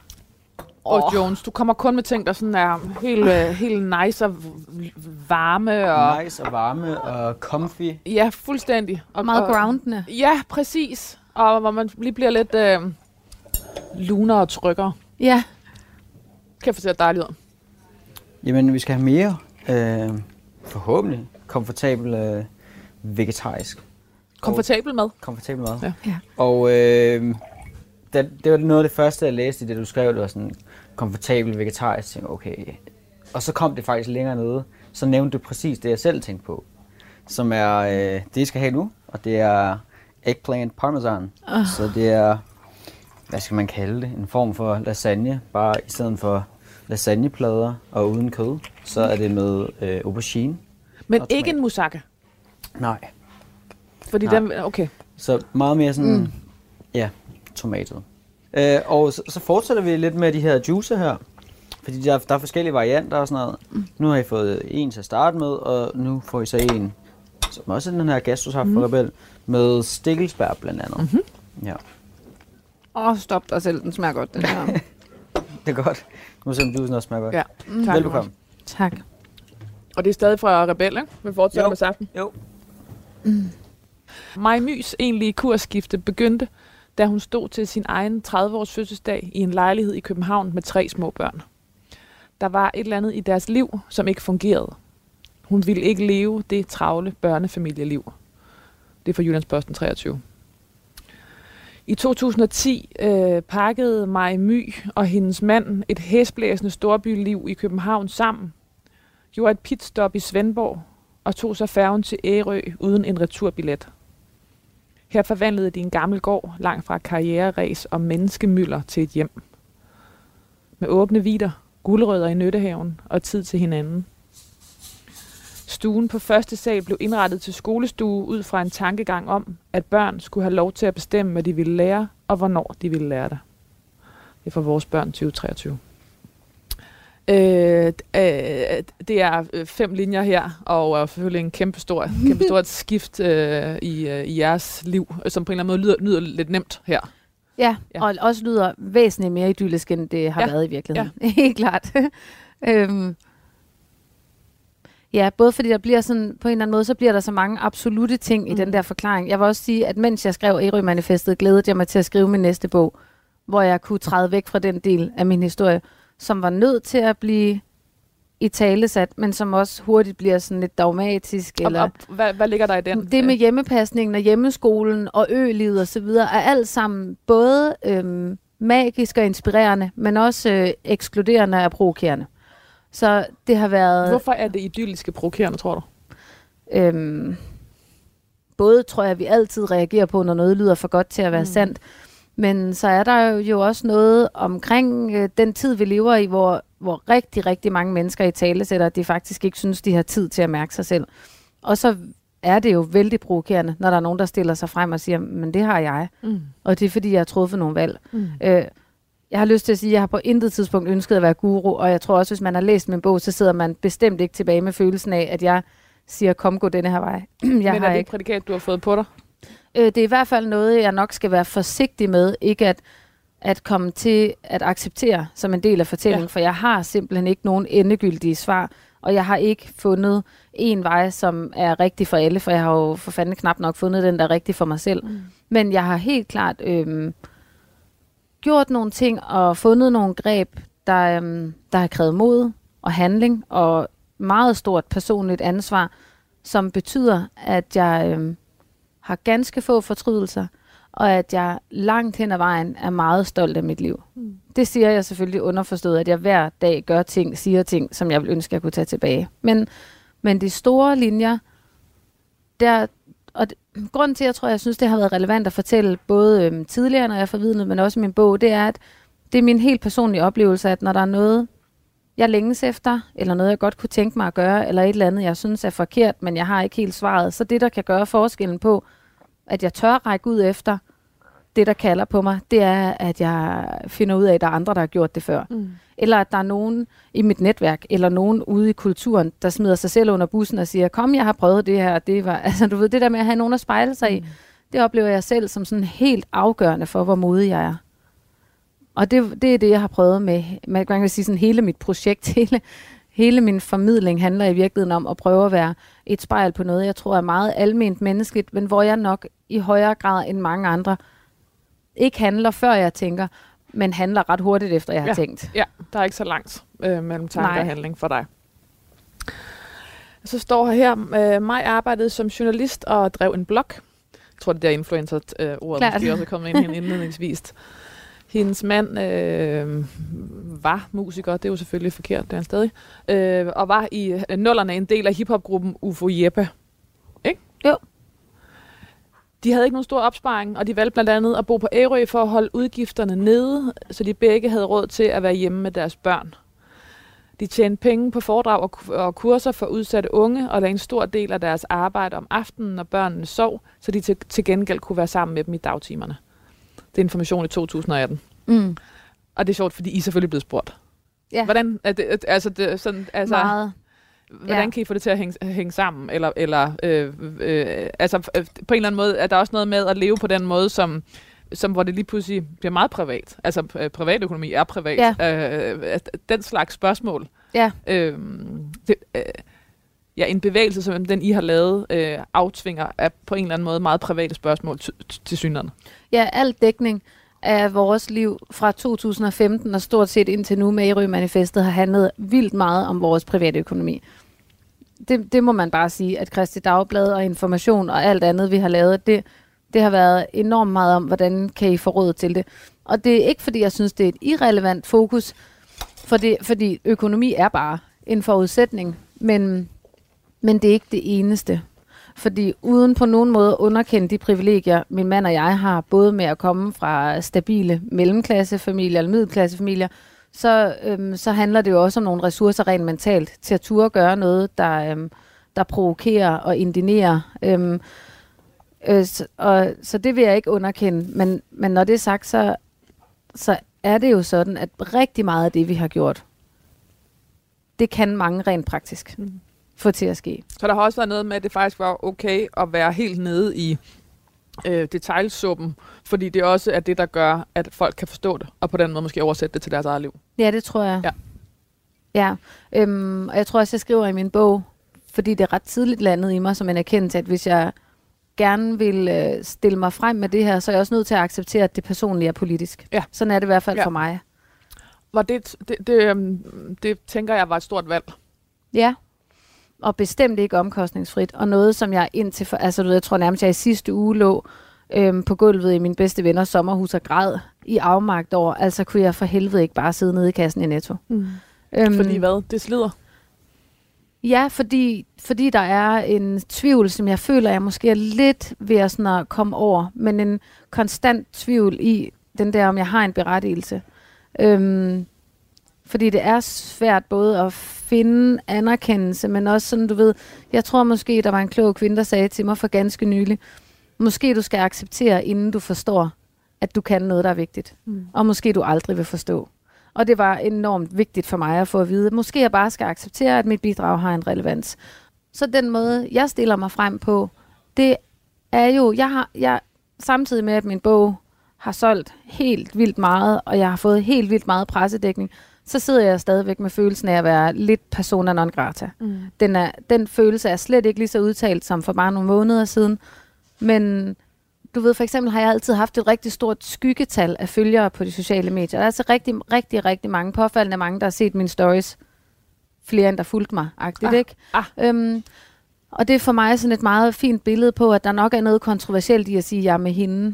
Og oh. Jones, du kommer kun med ting, der sådan er helt, øh, helt nice og varme. Og nice og varme og comfy. Ja, fuldstændig. Og meget og, groundende. Ja, præcis. Og hvor man lige bliver lidt øh, luner og trykker. Ja. Kan fortælle dejligt ud. Jamen, vi skal have mere, øh, forhåbentlig, komfortabel øh, vegetarisk. Komfortabel mad? Komfortabel mad. Ja. Ja. Og øh, det, det var noget af det første, jeg læste i det, du skrev. Det var sådan, komfortabel vegetarisk. Jeg tænkte, okay. Og så kom det faktisk længere nede. Så nævnte du præcis det, jeg selv tænkte på. Som er øh, det, jeg skal have nu. Og det er eggplant parmesan. Oh. Så det er, hvad skal man kalde det? En form for lasagne. Bare i stedet for lasagneplader og uden kød. Så er det med øh, aubergine. Men ikke en moussaka? Nej. Fordi Nej. den, okay. Så meget mere sådan, mm. ja, tomatet. Øh, og så, så fortsætter vi lidt med de her juicer her. Fordi der, der er forskellige varianter og sådan noget. Mm. Nu har I fået en til at starte med, og nu får I så en, som også er den her gastrosaft fra Rebel, med stikkelsbær blandt andet. Mm-hmm. Ja. Åh, oh, stop dig selv, den smager godt, den her. Det er godt. Nu ser du, den også smager godt. Ja. Mm. Tak. Velbekomme. Tak. Og det er stadig fra Rebel, ikke? Vi fortsætter jo. med saften. Jo. Mm. Maj Mys egentlige kursskifte begyndte, da hun stod til sin egen tredive-års fødselsdag i en lejlighed i København med tre små børn. Der var et eller andet i deres liv, som ikke fungerede. Hun ville ikke leve det travle børnefamilieliv. Det er fra Jyllands-Posten treogtyve. I to tusind og ti øh, pakkede Maj My og hendes mand et hæsblæsende storbyliv i København sammen, gjorde et pitstop i Svendborg og tog sig færgen til Ærø uden en returbillet. Her forvandlede de en gammel gård langt fra karriereræs og menneskemylder til et hjem. Med åbne vidder, gulerødder i nyttehaven og tid til hinanden. Stuen på første sal blev indrettet til skolestue ud fra en tankegang om, at børn skulle have lov til at bestemme, hvad de ville lære, og hvornår de ville lære det. Det er fra Vores Børn tyve treogtyve. Øh, øh, det er fem linjer her, og øh, selvfølgelig en kæmpe stor, kæmpe stort skift øh, i, øh, i jeres liv, som på en eller anden måde lyder, lyder lidt nemt her. Ja, ja, og også lyder væsentligt mere idyllisk, end det har ja. været i virkeligheden. Ja. Helt klart. øhm. Ja, både fordi der bliver sådan, på en eller anden måde, så bliver der så mange absolute ting mm. i den der forklaring. Jeg vil også sige, at mens jeg skrev Ærø-manifestet, glædede jeg mig til at skrive min næste bog, hvor jeg kunne træde væk fra den del af min historie, som var nødt til at blive i talesat, men som også hurtigt bliver sådan lidt dogmatisk. Og, eller, og hvad, hvad ligger der i den? Det med hjemmepasningen og hjemmeskolen og ølivet og så videre, er alt sammen både øhm, magisk og inspirerende, men også øh, ekskluderende og provokerende. Så det har været... Hvorfor er det idylliske provokerende, tror du? Øhm, både tror jeg, at vi altid reagerer på, når noget lyder for godt til at være mm. sandt, men så er der jo også noget omkring øh, den tid, vi lever i, hvor, hvor rigtig, rigtig mange mennesker i talesætter, de faktisk ikke synes, de har tid til at mærke sig selv. Og så er det jo vældig provokerende, når der er nogen, der stiller sig frem og siger, men det har jeg. Mm. Og det er, fordi jeg har truffet nogle valg. Mm. Øh, jeg har lyst til at sige, at jeg har på intet tidspunkt ønsket at være guru, og jeg tror også, hvis man har læst min bog, så sidder man bestemt ikke tilbage med følelsen af, at jeg siger, kom, gå denne her vej. jeg men er har det ikke ikke prædikat, du har fået på dig? Øh, det er i hvert fald noget, jeg nok skal være forsigtig med, ikke at, at komme til at acceptere som en del af fortællingen, ja. For jeg har simpelthen ikke nogen endegyldige svar, og jeg har ikke fundet en vej, som er rigtig for alle, for jeg har jo for fanden knap nok fundet den, der er rigtig for mig selv. Mm. Men jeg har helt klart øhm, gjort nogle ting og fundet nogle greb, der, øhm, der har krævet mod og handling og meget stort personligt ansvar, som betyder, at jeg øhm, har ganske få fortrydelser, og at jeg langt hen ad vejen er meget stolt af mit liv. Mm. Det siger jeg selvfølgelig underforstået, at jeg hver dag gør ting, siger ting, som jeg vil ønske, jeg kunne tage tilbage. Men, men de store linjer, der, og det, grunden til, at jeg tror, jeg synes, det har været relevant at fortælle, både øhm, tidligere, når jeg har formidlet, men også i min bog, det er, at det er min helt personlige oplevelse, at når der er noget, jeg længes efter, eller noget, jeg godt kunne tænke mig at gøre, eller et eller andet, jeg synes er forkert, men jeg har ikke helt svaret, så det, der kan gøre forskellen på, at jeg tør række ud efter det, der kalder på mig, det er, at jeg finder ud af, at der er andre, der har gjort det før. Mm. Eller at der er nogen i mit netværk, eller nogen ude i kulturen, der smider sig selv under bussen og siger, kom, jeg har prøvet det her. Det var, altså, du ved, det der med at have nogen at spejle sig i, mm. det oplever jeg selv som sådan helt afgørende for, hvor modig jeg er. Og det, det er det, jeg har prøvet med, med man kan sige, sådan hele mit projekt, hele, hele min formidling handler i virkeligheden om at prøve at være et spejl på noget, jeg tror er meget alment menneskeligt, men hvor jeg nok i højere grad end mange andre ikke handler, før jeg tænker, men handler ret hurtigt, efter jeg har ja, tænkt. Ja, der er ikke så langt øh, mellem tanke Nej. og handling for dig. Så står her her, øh, mig arbejdede som journalist og drev en blog. Jeg tror, det der influencer-ordet øh, måske også er kommet ind indledningsvis. Hendes mand øh, var musiker, det er jo selvfølgelig forkert, det er han stadig, øh, og var i nullerne en del af hiphopgruppen U F O Jeppe. Ikke? Jo. De havde ikke nogen stor opsparing, og de valgte blandt andet at bo på Ærø for at holde udgifterne nede, så de begge havde råd til at være hjemme med deres børn. De tjente penge på foredrag og kurser for udsatte unge, og lagde en stor del af deres arbejde om aftenen, når børnene sov, så de til, til gengæld kunne være sammen med dem i dagtimerne. Det er information i to tusind og atten. Mm. Og det er sjovt, fordi I er selvfølgelig blevet spurgt. Ja. Hvordan, er det, altså, det, sådan, altså, Meget. Hvordan ja. kan I få det til at hænge, hænge sammen? Eller, eller øh, øh, altså, på en eller anden måde er der også noget med at leve på den måde, som, som hvor det lige pludselig bliver meget privat. Altså privatøkonomi er privat. Ja. Øh, den slags spørgsmål. Ja. Øh, det, øh, ja, en bevægelse, som den I har lavet, øh, aftvinger er på en eller anden måde meget private spørgsmål til, til synerne. Ja, al dækning af vores liv fra to tusind og femten og stort set indtil nu med Ærø-manifestet har handlet vildt meget om vores private økonomi. Det, det må man bare sige, at Kristeligt Dagblad og Information og alt andet, vi har lavet, det, det har været enormt meget om, hvordan kan I få råd til det. Og det er ikke, fordi jeg synes, det er et irrelevant fokus, for det, fordi økonomi er bare en forudsætning, men, men det er ikke det eneste. Fordi uden på nogen måde at underkende de privilegier, min mand og jeg har, både med at komme fra stabile mellemklassefamilier eller middelklassefamilier, så, øhm, så handler det jo også om nogle ressourcer rent mentalt til at turde gøre noget, der, øhm, der provokerer og indinerer. Øhm, øh, så, og, så det vil jeg ikke underkende. Men, men når det er sagt, så, så er det jo sådan, at rigtig meget af det, vi har gjort, det kan mange rent praktisk. Mm. få til at ske. Så der har også været noget med, at det faktisk var okay at være helt nede i øh, detailsuppen, fordi det også er det, der gør, at folk kan forstå det, og på den måde måske oversætte det til deres eget liv. Ja, det tror jeg. Ja. Ja, øhm, og jeg tror også, jeg skriver i min bog, fordi det er ret tidligt landet i mig, som en erkendelse, at hvis jeg gerne vil øh, stille mig frem med det her, så er jeg også nødt til at acceptere, at det personlige er politisk. Ja. Sådan er det i hvert fald ja. for mig. Var det, det, det, det tænker jeg var et stort valg. Ja, og bestemt ikke omkostningsfrit, og noget, som jeg indtil for, altså du ved, jeg tror nærmest, jeg i sidste uge lå øhm, på gulvet i min bedste venners sommerhus og græd i afmagt over, altså kunne jeg for helvede ikke bare sidde nede i kassen i Netto. Mm. Øhm, fordi hvad? Det slider? Ja, fordi, fordi der er en tvivl, som jeg føler, jeg måske er lidt ved at, sådan at komme over, men en konstant tvivl i den der, om jeg har en berettigelse. Øhm, Fordi det er svært både at finde anerkendelse, men også sådan, du ved, jeg tror måske, der var en klog kvinde, der sagde til mig for ganske nylig, måske du skal acceptere, inden du forstår, at du kan noget, der er vigtigt. Mm. Og måske du aldrig vil forstå. Og det var enormt vigtigt for mig at få at vide, måske jeg bare skal acceptere, at mit bidrag har en relevans. Så den måde, jeg stiller mig frem på, det er jo, jeg har, jeg, samtidig med, at min bog har solgt helt vildt meget, og jeg har fået helt vildt meget pressedækning, så sidder jeg stadigvæk med følelsen af at være lidt persona non grata. Mm. Den, er, den følelse er slet ikke lige så udtalt som for bare nogle måneder siden. Men du ved, for eksempel har jeg altid haft et rigtig stort skyggetal af følgere på de sociale medier. Der er altså rigtig, rigtig, rigtig mange, påfaldende mange, der har set mine stories. Flere end der fulgte mig, agtigt, ah, ikke? Ah. Øhm, og det er for mig sådan et meget fint billede på, at der nok er noget kontroversielt i at sige, at jeg er med hende.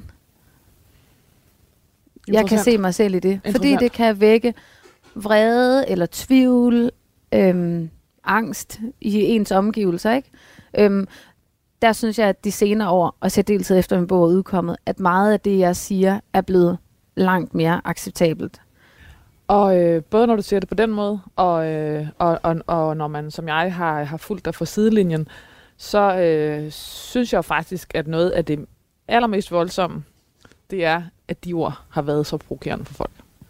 Jeg kan se mig selv i det. Fordi det kan vække vrede eller tvivl, øhm, angst i ens omgivelser, ikke? Øhm, der synes jeg, at de senere år, og særdeleshed efter min bog er udkommet, at meget af det, jeg siger, er blevet langt mere acceptabelt. Og øh, både når du siger det på den måde, og, øh, og, og, og når man som jeg har, har fulgt dig fra sidelinjen, så øh, synes jeg faktisk, at noget af det allermest voldsomme, det er, at de ord har været så provokerende for folk.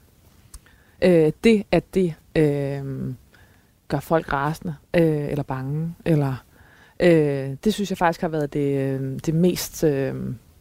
Øh, det, at det øh, gør folk rasende, øh, eller bange, eller øh, det synes jeg faktisk har været det, øh, det mest øh,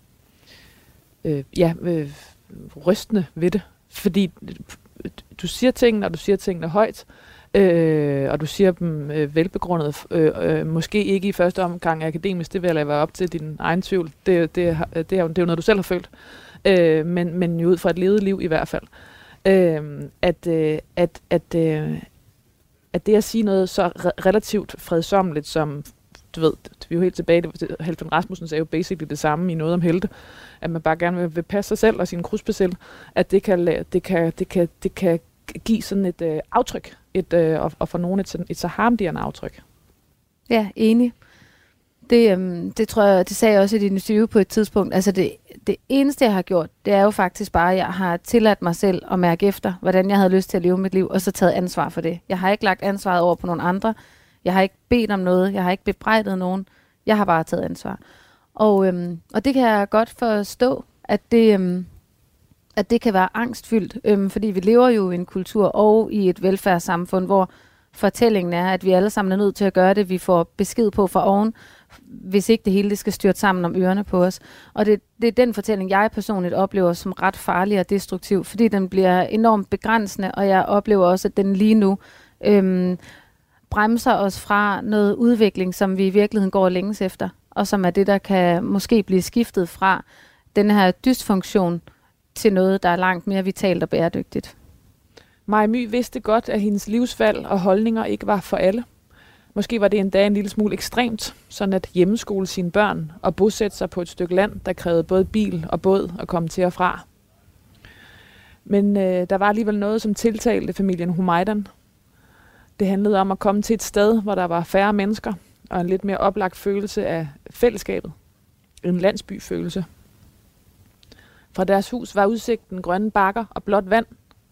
øh, ja, øh, rystende ved det. Fordi du siger tingene, og du siger tingene højt, øh, og du siger dem øh, velbegrundet, øh, øh, måske ikke i første omgang akademisk, det vil jeg lade være op til din egen tvivl. Det, det, det, er, det er jo noget, du selv har følt, øh, men, men jo ud fra et levet liv i hvert fald. Øh, at, øh, at, at, øh, at det at sige noget så re- relativt fredsommeligt som, du ved, vi er jo helt tilbage, Halfdan Rasmussen sagde jo basically det samme i Noget om helte, at man bare gerne vil, vil passe sig selv og sin krusbesæl, at det kan, det kan, det kan, det kan give sådan et øh, aftryk, et, øh, og, og for nogen et, et så harmdirrende aftryk. Ja, enig. Det, øhm, det tror jeg, det sagde jeg også i din interview på et tidspunkt. Altså det, det eneste, jeg har gjort, det er jo faktisk bare, at jeg har tilladt mig selv at mærke efter, hvordan jeg havde lyst til at leve mit liv, og så taget ansvar for det. Jeg har ikke lagt ansvaret over på nogen andre. Jeg har ikke bedt om noget. Jeg har ikke bebrejdet nogen. Jeg har bare taget ansvar. Og, øhm, og det kan jeg godt forstå, at det, øhm, at det kan være angstfyldt, øhm, fordi vi lever jo i en kultur og i et velfærdssamfund, hvor fortællingen er, at vi alle sammen er nødt til at gøre det, vi får besked på fra oven, hvis ikke det hele det skal styrte sammen om ørerne på os. Og det, det er den fortælling, jeg personligt oplever som ret farlig og destruktiv, fordi den bliver enormt begrænsende, og jeg oplever også, at den lige nu øhm, bremser os fra noget udvikling, som vi i virkeligheden går længes efter, og som er det, der kan måske blive skiftet fra den her dysfunktion til noget, der er langt mere vitalt og bæredygtigt. Maja My vidste godt, at hendes livsvalg og holdninger ikke var for alle. Måske var det endda en lille smule ekstremt, sådan at hjemmeskole sine børn og bosætte sig på et stykke land, der krævede både bil og båd at komme til og fra. Men øh, der var alligevel noget, som tiltalte familien Humaydan. Det handlede om at komme til et sted, hvor der var færre mennesker, og en lidt mere oplagt følelse af fællesskabet. En landsbyfølelse. Fra deres hus var udsigten grønne bakker og blåt vand.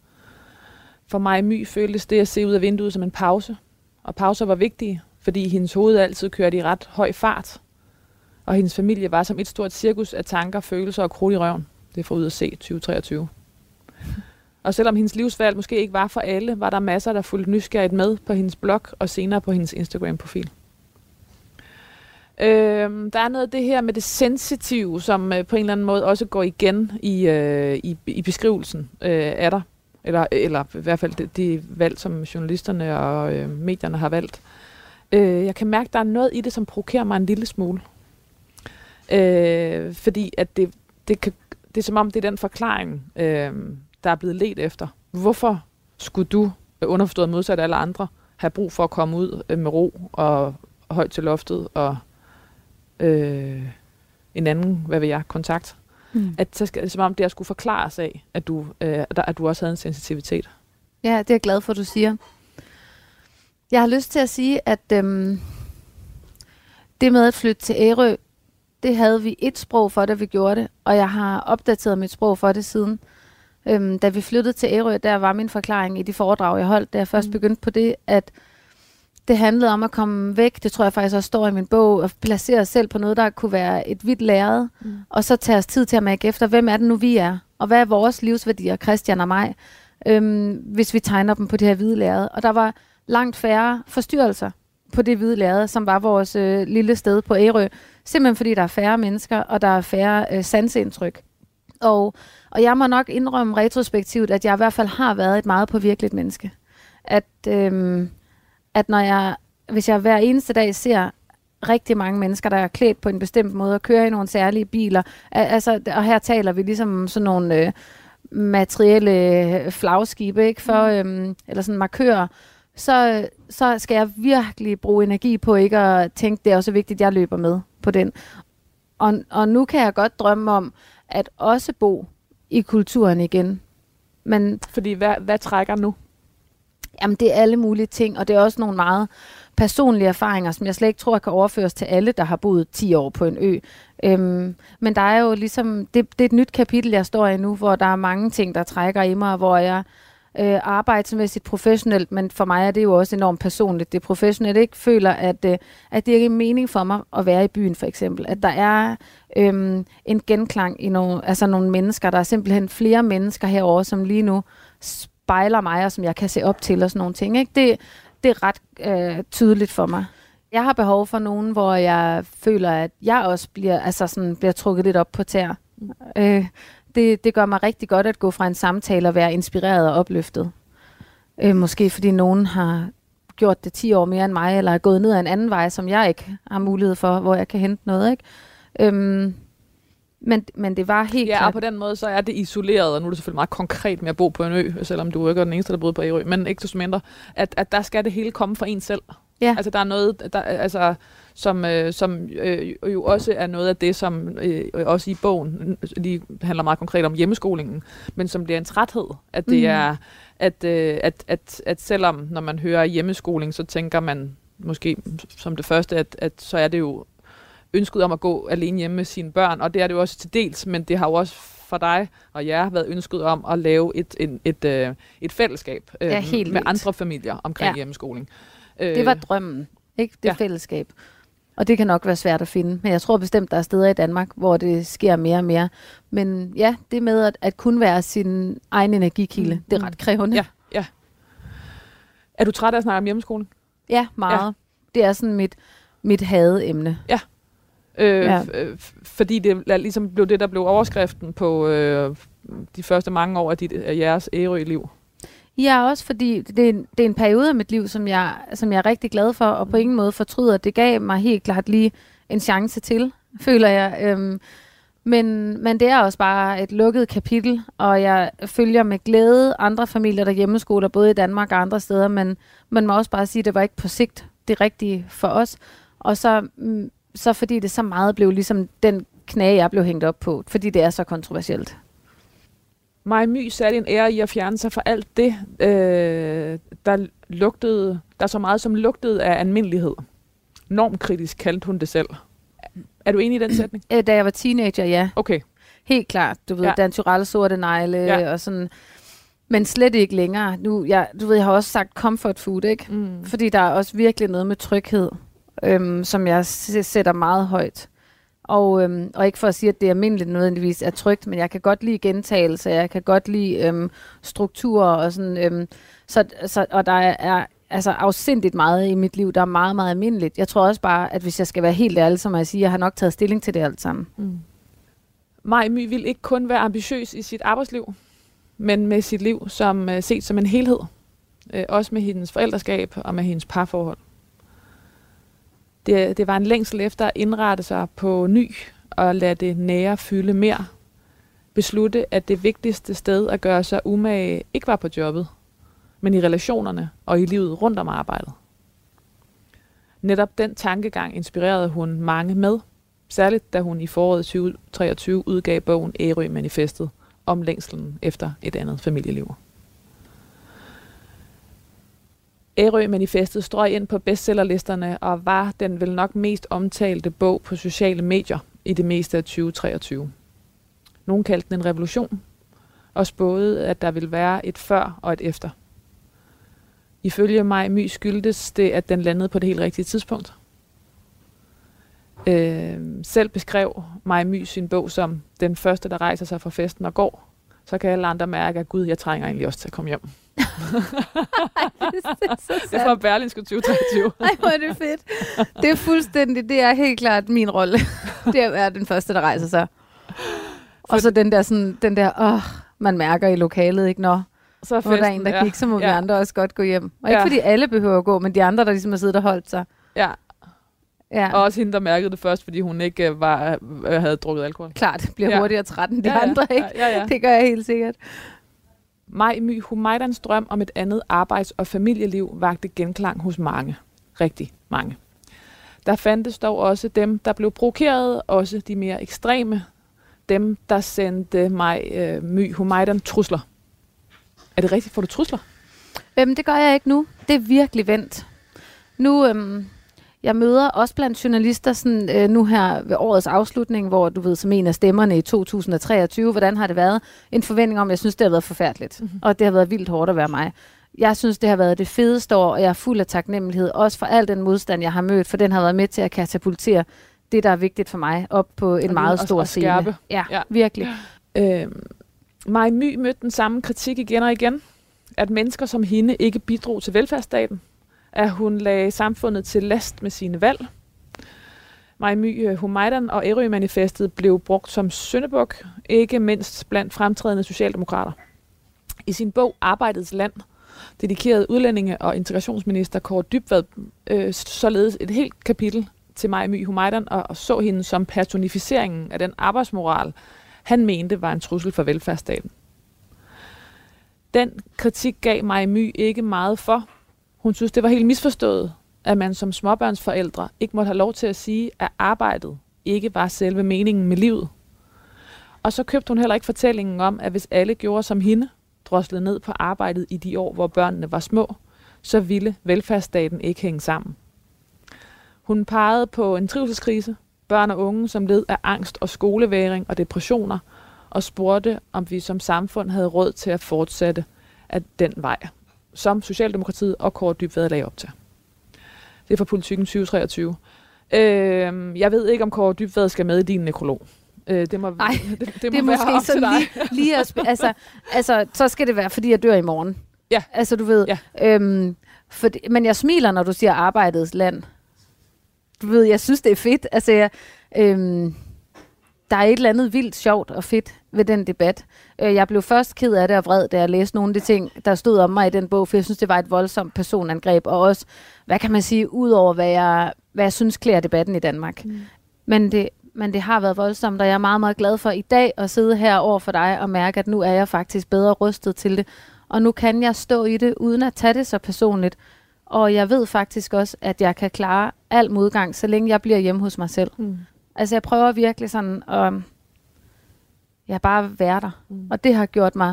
For Maja My føltes det at se ud af vinduet som en pause. Og pauser var vigtige, fordi hendes hoved altid kørte i ret høj fart. Og hendes familie var som et stort cirkus af tanker, følelser og krudt i røven. Det er for ud at se tyve treogtyve. Og selvom hendes livsvalg måske ikke var for alle, var der masser, der fulgte nysgerrigt med på hendes blog og senere på hendes Instagram-profil. Øh, der er noget af det her med det sensitive, som øh, på en eller anden måde også går igen i, øh, i, i beskrivelsen øh, af dig. Eller, eller i hvert fald det, de valg, som journalisterne og øh, medierne har valgt. Øh, jeg kan mærke, at der er noget i det, som provokerer mig en lille smule. Øh, fordi at det, det, kan, det er som om, det er den forklaring, øh, der er blevet ledt efter. Hvorfor skulle du, underforstået modsat alle andre, have brug for at komme ud øh, med ro og højt til loftet og øh, en anden, hvad ved jeg, kontakt? Mm. At så skal, som om det at skulle forklares af, at du, øh, at du også havde en sensitivitet. Ja, det er jeg glad for, at du siger. Jeg har lyst til at sige, at øhm, det med at flytte til Ærø, det havde vi et sprog for, da vi gjorde det, og jeg har opdateret mit sprog for det siden. Øhm, da vi flyttede til Ærø, der var min forklaring i de foredrag, jeg holdt, da jeg først begyndte på det, at det handlede om at komme væk, det tror jeg faktisk også står i min bog, og placere os selv på noget, der kunne være et hvidt lærred, mm. og så tage os tid til at mærke efter, hvem er det nu, vi er, og hvad er vores livsværdier, Christian og mig, øhm, hvis vi tegner dem på det her hvide lærred. Og der var langt færre forstyrrelser på det hvide lærred, som var vores øh, lille sted på Ærø, simpelthen fordi der er færre mennesker, og der er færre øh, sanseindtryk. Og, og jeg må nok indrømme retrospektivt, at jeg i hvert fald har været et meget påvirkeligt menneske. At, øhm, at når jeg, hvis jeg hver eneste dag ser rigtig mange mennesker, der er klædt på en bestemt måde og kører i nogle særlige biler, altså, og her taler vi ligesom sådan nogle øh, materielle flagskibe, ikke, for, øhm, eller sådan markører, så, så skal jeg virkelig bruge energi på ikke at tænke, det er også vigtigt, at jeg løber med på den. Og, og nu kan jeg godt drømme om, at også bo i kulturen igen. Men, Fordi hvad, hvad trækker nu? Jamen, det er alle mulige ting, og det er også nogle meget personlige erfaringer, som jeg slet ikke tror, kan overføres til alle, der har boet ti år på en ø. Øhm, men der er jo ligesom, det, det er et nyt kapitel, jeg står i nu, hvor der er mange ting, der trækker i mig, hvor jeg øh, arbejdsmæssigt professionelt, men for mig er det jo også enormt personligt. Det professionelt ikke føler, at, øh, at det ikke er mening for mig at være i byen, for eksempel. At der er øhm, en genklang i nogle, altså nogle mennesker. Der er simpelthen flere mennesker herovre, som lige nu spejler mig, og som jeg kan se op til og sådan nogle ting. Ikke? Det, det er ret øh, tydeligt for mig. Jeg har behov for nogen, hvor jeg føler, at jeg også bliver, altså sådan, bliver trukket lidt op på tæer. Mm. Øh, det, det gør mig rigtig godt at gå fra en samtale og være inspireret og opløftet. Øh, måske fordi nogen har gjort det ti år mere end mig, eller er gået ned ad en anden vej, som jeg ikke har mulighed for, hvor jeg kan hente noget. Ikke? Øhm, men, men det var helt ja, klart. Og på den måde, så er det isoleret, og nu er det selvfølgelig meget konkret med at bo på en ø, selvom du ikke er den eneste, der boede på Ærø, men ikke desto mindre, at, at der skal det hele komme fra en selv. Ja. Altså der er noget, der, altså, som, øh, som øh, jo også er noget af det, som øh, også i bogen lige handler meget konkret om hjemmeskolingen, men som bliver en træthed, at det mm. er, at, øh, at, at, at selvom når man hører hjemmeskoling, så tænker man måske som det første, at, at så er det jo ønsket om at gå alene hjemme med sine børn, og det er det jo også til dels, men det har jo også for dig og jer været ønsket om at lave et, et, et, et, et fællesskab øh, ja, med vildt. andre familier omkring ja. hjemmeskoling. Det var drømmen, ikke? Det ja. fællesskab. Og det kan nok være svært at finde. Men jeg tror bestemt, der er steder i Danmark, hvor det sker mere og mere. Men ja, det med at, at kun være sin egen energikilde, mm. det er ret krævende. Ja, ja. Er du træt af at snakke om hjemmeskolen? Ja, meget. Ja. Det er sådan mit, mit hadeemne. Ja. Øh, ja. F- fordi det ligesom blev det, der blev overskriften på øh, de første mange år af, dit, af jeres Ærø-liv. Ja, også fordi det er, en, det er en periode af mit liv, som jeg, som jeg er rigtig glad for, og på ingen måde fortryder. Det gav mig helt klart lige en chance til, føler jeg. Øhm, men, men det er også bare et lukket kapitel, og jeg følger med glæde andre familier, der hjemmeskoler, både i Danmark og andre steder, men man må også bare sige, at det var ikke på sigt det rigtige for os. Og så, så fordi det så meget blev ligesom den knage, jeg blev hængt op på, fordi det er så kontroversielt. Maj My satte en ære i at fjerne sig fra alt det, øh, der lugtede, der så meget som lugtede af almindelighed. Normkritisk kaldte hun det selv. Er du enig i den sætning? Da jeg var teenager, ja. Okay. Helt klart. Du ved, ja. Dan Tyrell, sorte negle ja. og sådan. Men slet ikke længere. Nu, jeg, du ved, jeg har også sagt comfort food, ikke? Mm. Fordi der er også virkelig noget med tryghed, øhm, som jeg s- sætter meget højt. Og, øhm, og ikke for at sige, at det almindeligt nødvendigvis er trygt, men jeg kan godt lide gentagelser, jeg kan godt lide øhm, strukturer og sådan. Øhm, så, så, og der er altså afsindigt meget i mit liv, der er meget, meget almindeligt. Jeg tror også bare, at hvis jeg skal være helt ærlig, så må jeg sige, at jeg har nok taget stilling til det alt sammen. Mm. Maj My vil ikke kun være ambitiøs i sit arbejdsliv, men med sit liv som uh, set som en helhed. Uh, også med hendes forældreskab og med hendes parforhold. Det, det var en længsel efter at indrette sig på ny og lade det nære fylde mere. Beslutte, at det vigtigste sted at gøre sig umage ikke var på jobbet, men i relationerne og i livet rundt om arbejdet. Netop den tankegang inspirerede hun mange med, særligt da hun i foråret tyve treogtyve udgav bogen Ærø-manifestet om længslen efter et andet familieliv. Ærø-manifestet strøg ind på bestsellerlisterne og var den vel nok mest omtalte bog på sociale medier i det meste af tyve treogtyve. Nogle kaldte den en revolution, og spåede, at der ville være et før og et efter. Ifølge Maj My skyldtes det, at den landede på det helt rigtige tidspunkt. Øh, selv beskrev Maj My sin bog som den første, der rejser sig fra festen og går. Så kan alle andre mærke, at gud, jeg trænger egentlig også til at komme hjem. Ej, det, er så det er fra Berlingske tyve treogtyve. Ej, hvor er det fedt. Det er fuldstændig, det er helt klart min rolle. Det er at være den første, der rejser sig. Og så den der, sådan, den der, åh, man mærker i lokalet, ikke, når så er festen, der er en, der ja, gik, så må ja. vi andre også godt gå hjem. Og ikke Ja. fordi alle behøver at gå, men de andre, der ligesom har siddet og holdt sig. Ja, Ja, og også hende, der mærkede det først, fordi hun ikke øh, var, øh, havde drukket alkohol. klart, bliver Ja. hurtigere træt end de Ja, ja. andre, ikke? Ja, ja, ja. Det gør jeg helt sikkert. Maj My Humaydans drøm om et andet arbejds- og familieliv vagte genklang hos mange. Rigtig mange. Der fandtes dog også dem, der blev provokeret, også de mere ekstreme. Dem, der sendte Maj øh, My Humaydan trusler. Er det rigtigt? Får du trusler? Øhm, det gør jeg ikke nu. Det er virkelig vendt. Nu, øhm, jeg møder også blandt journalister sådan, øh, nu her ved årets afslutning, hvor du ved, som en af stemmerne i to tusind og treogtyve, hvordan har det været? En forventning om, at jeg synes, det har været forfærdeligt. Mm-hmm. Og det har været vildt hårdt at være mig. Jeg synes, det har været det fedeste år, og jeg er fuld af taknemmelighed, også for al den modstand, jeg har mødt, for den har været med til at katapultere det, der er vigtigt for mig, op på en Og meget og- stor og scene. skærpe. Ja, Ja. virkelig. Øh, Maj My mødte den samme kritik igen og igen, at mennesker som hende ikke bidrog til velfærdsstaten, at hun lagde samfundet til last med sine valg. Maj My Humaydan og Ærø-manifestet blev brugt som syndebuk, ikke mindst blandt fremtrædende socialdemokrater. I sin bog Arbejdets Land dedikerede udlændinge- og integrationsminister Kaare Dybvad øh, således et helt kapitel til Maj My Humaydan og, og så hende som personificeringen af den arbejdsmoral, han mente var en trussel for velfærdsstaten. Den kritik gav Maj My ikke meget for. Hun synes, det var helt misforstået, at man som småbørnsforældre ikke måtte have lov til at sige, at arbejdet ikke var selve meningen med livet. Og så købte hun heller ikke fortællingen om, at hvis alle gjorde som hende, droslede ned på arbejdet i de år, hvor børnene var små, så ville velfærdsstaten ikke hænge sammen. Hun pegede på en trivselskrise, børn og unge, som led af angst og skolevægring og depressioner, og spurgte, om vi som samfund havde råd til at fortsætte af den vej, som Socialdemokratiet og Kaare Dybvad lagde op til. Det er fra Politikken tyve treogtyve. Øh, jeg ved ikke, om Kaare Dybvad skal med i din nekrolog. Øh, det må, Ej, det, det, Det må er være op måske til sådan dig. lige, lige at sp- altså, altså, så skal det være, fordi jeg dør i morgen. Ja. Altså, du ved. Ja. Øhm, for, men jeg smiler, når du siger arbejdets land. Du ved, jeg synes, det er fedt. Altså, jeg, øhm, der er et eller andet vildt sjovt og fedt ved den debat. Øh, jeg blev først ked af det og vred, da jeg læste nogle af de ting, der stod om mig i den bog, for jeg synes, det var et voldsomt personangreb, og også, hvad kan man sige, ud over, hvad jeg, hvad jeg synes klæder debatten i Danmark. Mm. Men det Men det har været voldsomt, og jeg er meget, meget glad for i dag at sidde her over for dig og mærke, at nu er jeg faktisk bedre rustet til det. Og nu kan jeg stå i det, uden at tage det så personligt. Og jeg ved faktisk også, at jeg kan klare al modgang, så længe jeg bliver hjemme hos mig selv. Mm. Altså jeg prøver virkelig sådan at ja, bare være der. Mm. Og det har gjort mig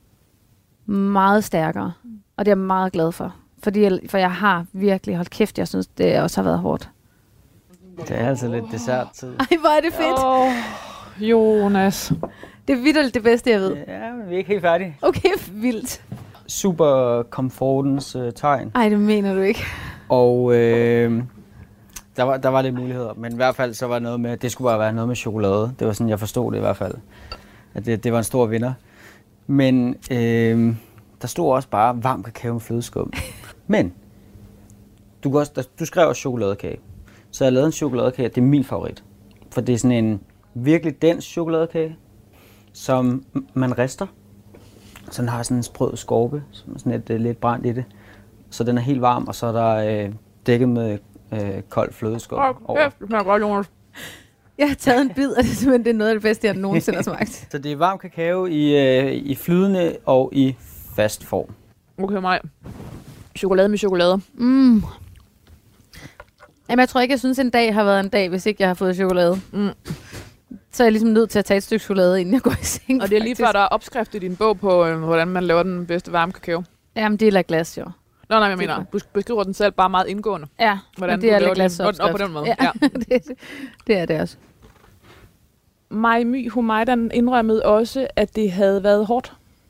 meget stærkere. Mm. Og det er jeg meget glad for. Fordi jeg, for jeg har virkelig holdt kæft, jeg synes, det også har været hårdt. Det er altså lidt desserttid. Ej, hvor er det fedt. Åh, oh, Jonas. Det er vitterligt det bedste, jeg ved. Ja, men vi er ikke helt færdige. Okay, vildt. Super komfortens øh, tegn. Ej, det mener du ikke. Og øh, der, var, der var lidt muligheder, men i hvert fald så var det noget med, det skulle bare være noget med chokolade. Det var sådan, jeg forstod det i hvert fald. At det, det var en stor vinder. Men øh, der stod også bare varm kakao med flødeskum. Men du, også, der, du skrev også chokoladekage. Så jeg lavede en chokoladekage, det er min favorit. For det er sådan en virkelig dens chokoladekage, som man rister. Så den har sådan en sprød skorpe, som er sådan lidt, lidt brændt i det. Så den er helt varm, og så er der øh, dækket med øh, kold flødeskum over. Det smager godt, Jonas. Jeg har taget en bid, og det er simpelthen det er noget af det bedste, jeg nogensinde har smagt. Så det er varm kakao i, øh, i flydende og i fast form. Okay, mig. Chokolade med chokolade. Mm. Jamen, jeg tror ikke, jeg synes, en dag har været en dag, hvis ikke jeg har fået chokolade. Mm. Så er jeg ligesom nødt til at tage et stykke chokolade, inden jeg går i seng. Og det er lige før, der er opskrift i din bog på, øh, hvordan man laver den bedste varme kakao. Jamen, det er la glas, jo. Nå, nej, jeg mener, du beskriver den selv bare meget indgående. Ja, hvordan det er du la laver glas den. opskrift. Og på den måde, ja. ja. det, det er det også. Maj My Humaydan indrømmede også, at det havde været hårdt.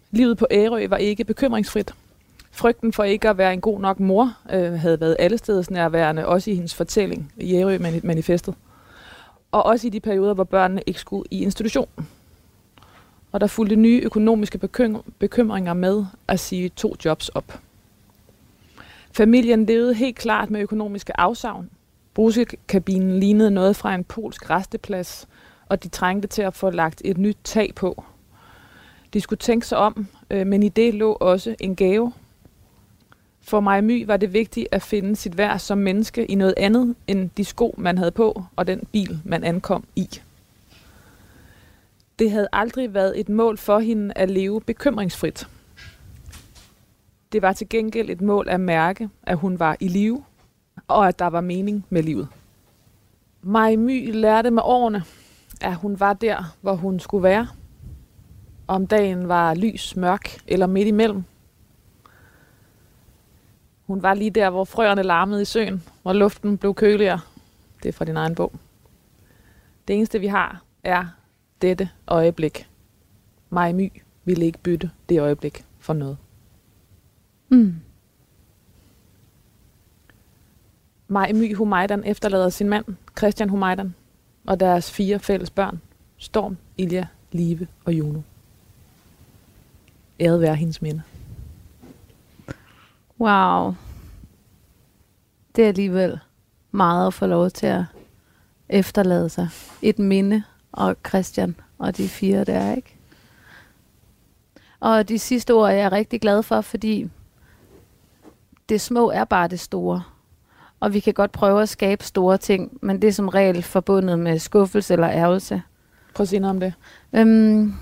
Livet på Ærø var ikke bekymringsfrit. Frygten for ikke at være en god nok mor øh, havde været allestedsnærværende, også i hendes fortælling i Ærø-manifestet. Og også i de perioder, hvor børnene ikke skulle i institution. Og der fulgte nye økonomiske bekymringer med at sige to jobs op. Familien levede helt klart med økonomiske afsavn. Brusekabinen lignede noget fra en polsk resteplads, og de trængte til at få lagt et nyt tag på. De skulle tænke sig om, øh, men i det lå også en gave. For Maja My var det vigtigt at finde sit værd som menneske i noget andet end de sko, man havde på, og den bil, man ankom i. Det havde aldrig været et mål for hende at leve bekymringsfrit. Det var til gengæld et mål at mærke, at hun var i live, og at der var mening med livet. Maja My lærte med årene, at hun var der, hvor hun skulle være. Om dagen var lys, mørk eller midt imellem. Hun var lige der, hvor frøerne larmede i søen, hvor luften blev køligere. Det er fra din egen bog. Det eneste, vi har, er dette øjeblik. Maja My ville ikke bytte det øjeblik for noget. Mm. Maja My Humaydan efterlader sin mand, Christian Humaydan, og deres fire fælles børn, Storm, Ilja, Live og Juno. Æret være hendes minde. Wow. Det er alligevel meget at få lov til at efterlade sig. Et minde, og Christian og de fire der, ikke? Og de sidste ord er jeg rigtig glad for, fordi det små er bare det store. Og vi kan godt prøve at skabe store ting, men det er som regel forbundet med skuffelse eller ærgelse. Prøv at sige noget om det. Øhm,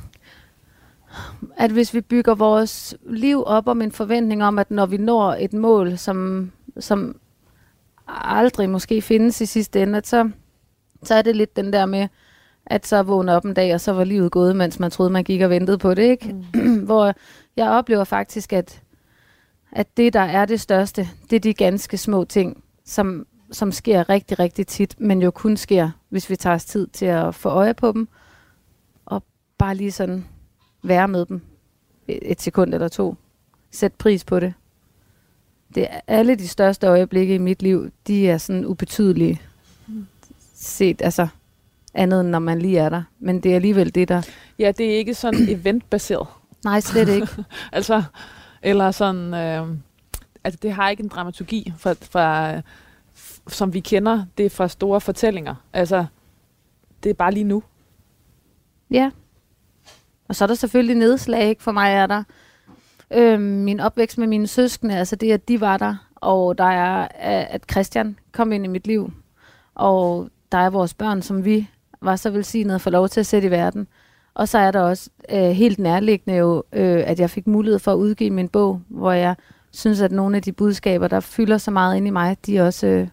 at hvis vi bygger vores liv op om en forventning om, at når vi når et mål, som, som aldrig måske findes i sidste ende, at så, så er det lidt den der med, at så vågne op en dag, og så var livet gået, mens man troede, man gik og ventede på det, ikke? Mm. Hvor jeg oplever faktisk, at, at det, der er det største, det er de ganske små ting, som, som sker rigtig, rigtig tit, men jo kun sker, hvis vi tager os tid til at få øje på dem, og bare lige sådan være med dem et sekund eller to. Sæt pris på det. Det er alle de største øjeblikke i mit liv, de er sådan ubetydelige set, altså andet end når man lige er der. Men det er alligevel det, der... Ja, det er ikke sådan eventbaseret. Nej, slet ikke. altså, eller sådan... Øh, altså, det har ikke en dramaturgi, fra, fra, som vi kender det fra store fortællinger. Altså, det er bare lige nu. Ja. Og så er der selvfølgelig nedslag, ikke? For mig er der øh, min opvækst med mine søskende, altså det, at de var der, og der er, at Christian kom ind i mit liv, og der er vores børn, som vi var så velsignede at få lov til at sætte i verden. Og så er der også øh, helt nærliggende jo, øh, at jeg fik mulighed for at udgive min bog, hvor jeg synes, at nogle af de budskaber, der fylder så meget ind i mig, de også øh,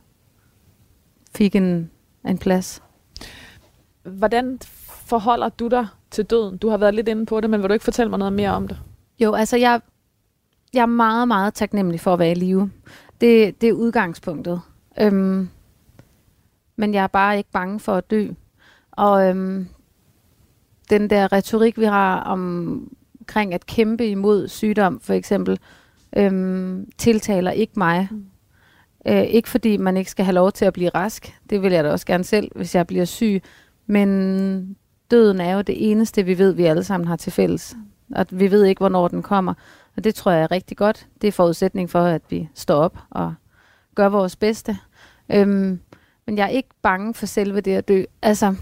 fik en, en plads. Hvordan forholder du dig til døden? Du har været lidt inde på det, men vil du ikke fortælle mig noget mere om det? Jo, altså jeg, jeg er meget, meget taknemmelig for at være i live. Det, det er udgangspunktet. Øhm, men jeg er bare ikke bange for at dø. Og øhm, den der retorik, vi har omkring at kæmpe imod sygdom, for eksempel, øhm, tiltaler ikke mig. Mm. Øh, ikke fordi man ikke skal have lov til at blive rask. Det vil jeg da også gerne selv, hvis jeg bliver syg. Men døden er jo det eneste, vi ved, vi alle sammen har til fælles. At vi ved ikke, hvornår den kommer. Og det tror jeg er rigtig godt. Det er forudsætning for, at vi står op og gør vores bedste. Øhm, men jeg er ikke bange for selve det at dø. Altså,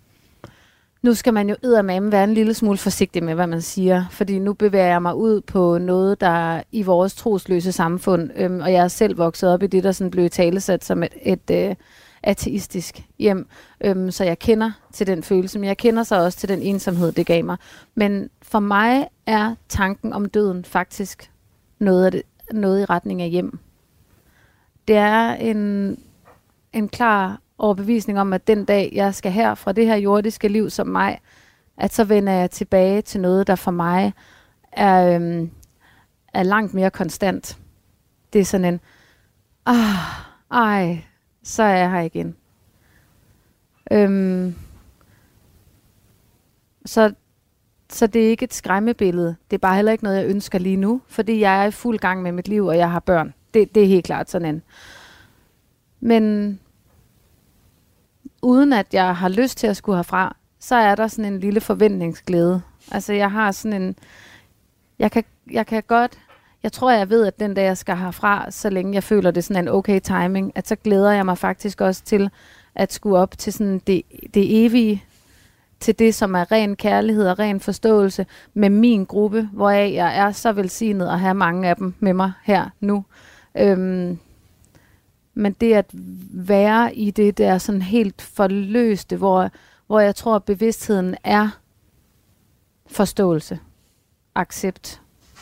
nu skal man jo eddermame være en lille smule forsigtig med, hvad man siger. Fordi nu bevæger jeg mig ud på noget, der er i vores trosløse samfund. Øhm, og jeg er selv vokset op i det, der sådan blev talesat som et... et øh, ateistisk hjem, øhm, så jeg kender til den følelse, men jeg kender så også til den ensomhed, det gav mig. Men for mig er tanken om døden faktisk noget, af det, noget i retning af hjem. Det er en, en klar overbevisning om, at den dag, jeg skal her fra det her jordiske liv som mig, at så vender jeg tilbage til noget, der for mig er, øhm, er langt mere konstant. Det er sådan en, ah, ej, så er jeg her igen. Øhm, så så det er ikke et skræmmebillede. Det er bare heller ikke noget, jeg ønsker lige nu, fordi jeg er i fuld gang med mit liv, og jeg har børn. Det, det er helt klart sådan en. Men uden at jeg har lyst til at skulle herfra, så er der sådan en lille forventningsglæde. Altså jeg har sådan en, jeg kan, jeg kan godt, jeg tror jeg ved, at den dag jeg skal herfra, så længe jeg føler det sådan en okay timing, at så glæder jeg mig faktisk også til at skulle op til sådan det, det evige, til det, som er ren kærlighed og ren forståelse med min gruppe, hvoraf jeg er så velsignet at have mange af dem med mig her nu. Øhm, men det at være i det der sådan helt forløste, hvor, hvor jeg tror, at bevidstheden er forståelse, accept,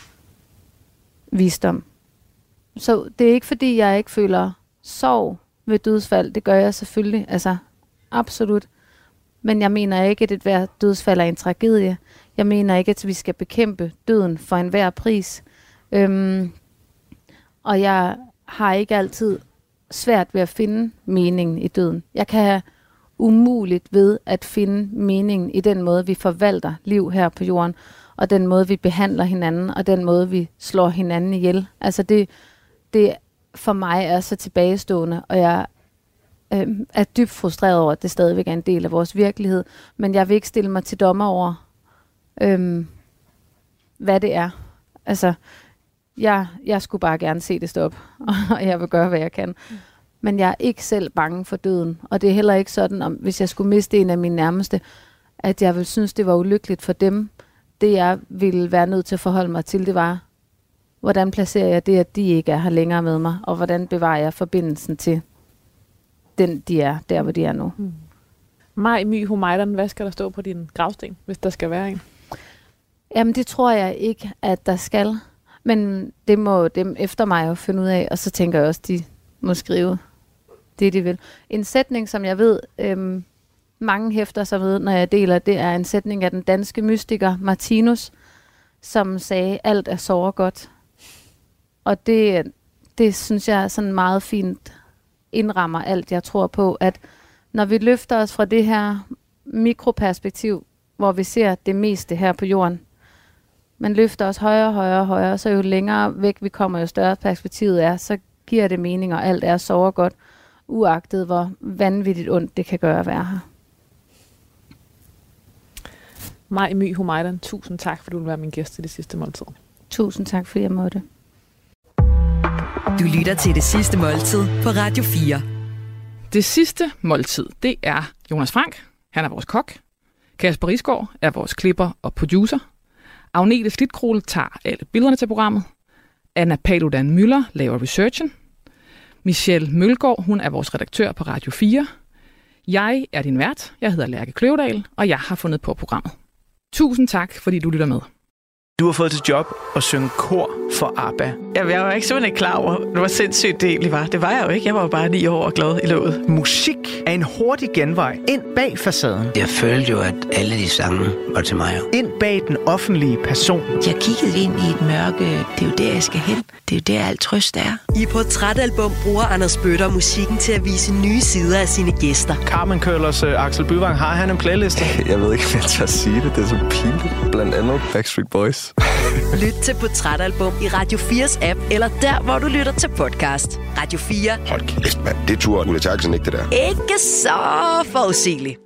visdom. Så det er ikke fordi, jeg ikke føler sorg ved dødsfald. Det gør jeg selvfølgelig, altså absolut. Men jeg mener ikke, at et hvert dødsfald er en tragedie. Jeg mener ikke, at vi skal bekæmpe døden for enhver pris. Øhm, og jeg har ikke altid svært ved at finde meningen i døden. Jeg kan have umuligt ved at finde meningen i den måde, vi forvalter liv her på jorden, og den måde, vi behandler hinanden, og den måde, vi slår hinanden ihjel. Altså det, det for mig er så tilbagestående, og jeg øh, er dybt frustreret over, at det stadigvæk er en del af vores virkelighed, men jeg vil ikke stille mig til dommer over, øh, hvad det er. Altså, jeg, jeg skulle bare gerne se det stoppe, og jeg vil gøre, hvad jeg kan. Mm. Men jeg er ikke selv bange for døden, og det er heller ikke sådan, om, hvis jeg skulle miste en af mine nærmeste, at jeg ville synes, det var ulykkeligt for dem. Det, jeg ville være nødt til at forholde mig til, det var, hvordan placerer jeg det, at de ikke er her længere med mig, og hvordan bevarer jeg forbindelsen til den, de er, der hvor de er nu. Mm. Maj My Humaydan, hvad skal der stå på din gravsten, hvis der skal være en? Jamen, det tror jeg ikke, at der skal. Men det må dem efter mig jo finde ud af, og så tænker jeg også, de må skrive det, de vil. En sætning, som jeg ved, øhm, mange hæfter sig ved, når jeg deler, det er en sætning af den danske mystiker Martinus, som sagde, alt er såre godt. Og det, det synes jeg sådan meget fint indrammer alt, jeg tror på, at når vi løfter os fra det her mikroperspektiv, hvor vi ser det meste her på jorden, man løfter os højere, højere, højere, så jo længere væk vi kommer, jo større perspektivet er, så giver det mening, og alt er såre godt, uagtet hvor vanvittigt ondt det kan gøre at være her. Maj My Humaydan, tusind tak, for du vil være min gæst i Det Sidste Måltid. Tusind tak, fordi jeg måtte. Du lytter til Det Sidste Måltid på Radio fire. Det Sidste Måltid, det er Jonas Frank. Han er vores kok. Kasper Risgaard er vores klipper og producer. Agnete Slidkrole tager alle billederne til programmet. Anna Paludan Møller laver researchen. Michelle Mølgaard, hun er vores redaktør på Radio fire. Jeg er din vært. Jeg hedder Lærke Kløvedal, og jeg har fundet på programmet. Tusind tak, fordi du lytter med. Du har fået til job at synge kor for ABBA. Jamen, jeg var ikke simpelthen ikke klar over, hvor sindssygt det egentlig var. Det var jeg jo ikke. Jeg var jo bare ni år og glad i låget. Musik er en hurtig genvej ind bag facaden. Jeg følte jo, at alle de sange var til mig. Ind bag den offentlige person. Jeg kiggede ind i et mørke. Det er jo der, jeg skal hen. Det er jo der, alt trøst er. I Portrætalbum bruger Anders Bøtter musikken til at vise nye sider af sine gæster. Carmen Køllers uh, Axel Byvang, har han en playliste? Jeg ved ikke, hvad jeg tør sige det. Det er så pinligt. Blandt andet Backstreet Boys. Lyt til Portrætalbum i Radio fires app, eller der, hvor du lytter til podcast. Radio fire. Hold kæft, mand. Det turde Ulla Terkelsen ikke, det der. Ikke så forudsigeligt.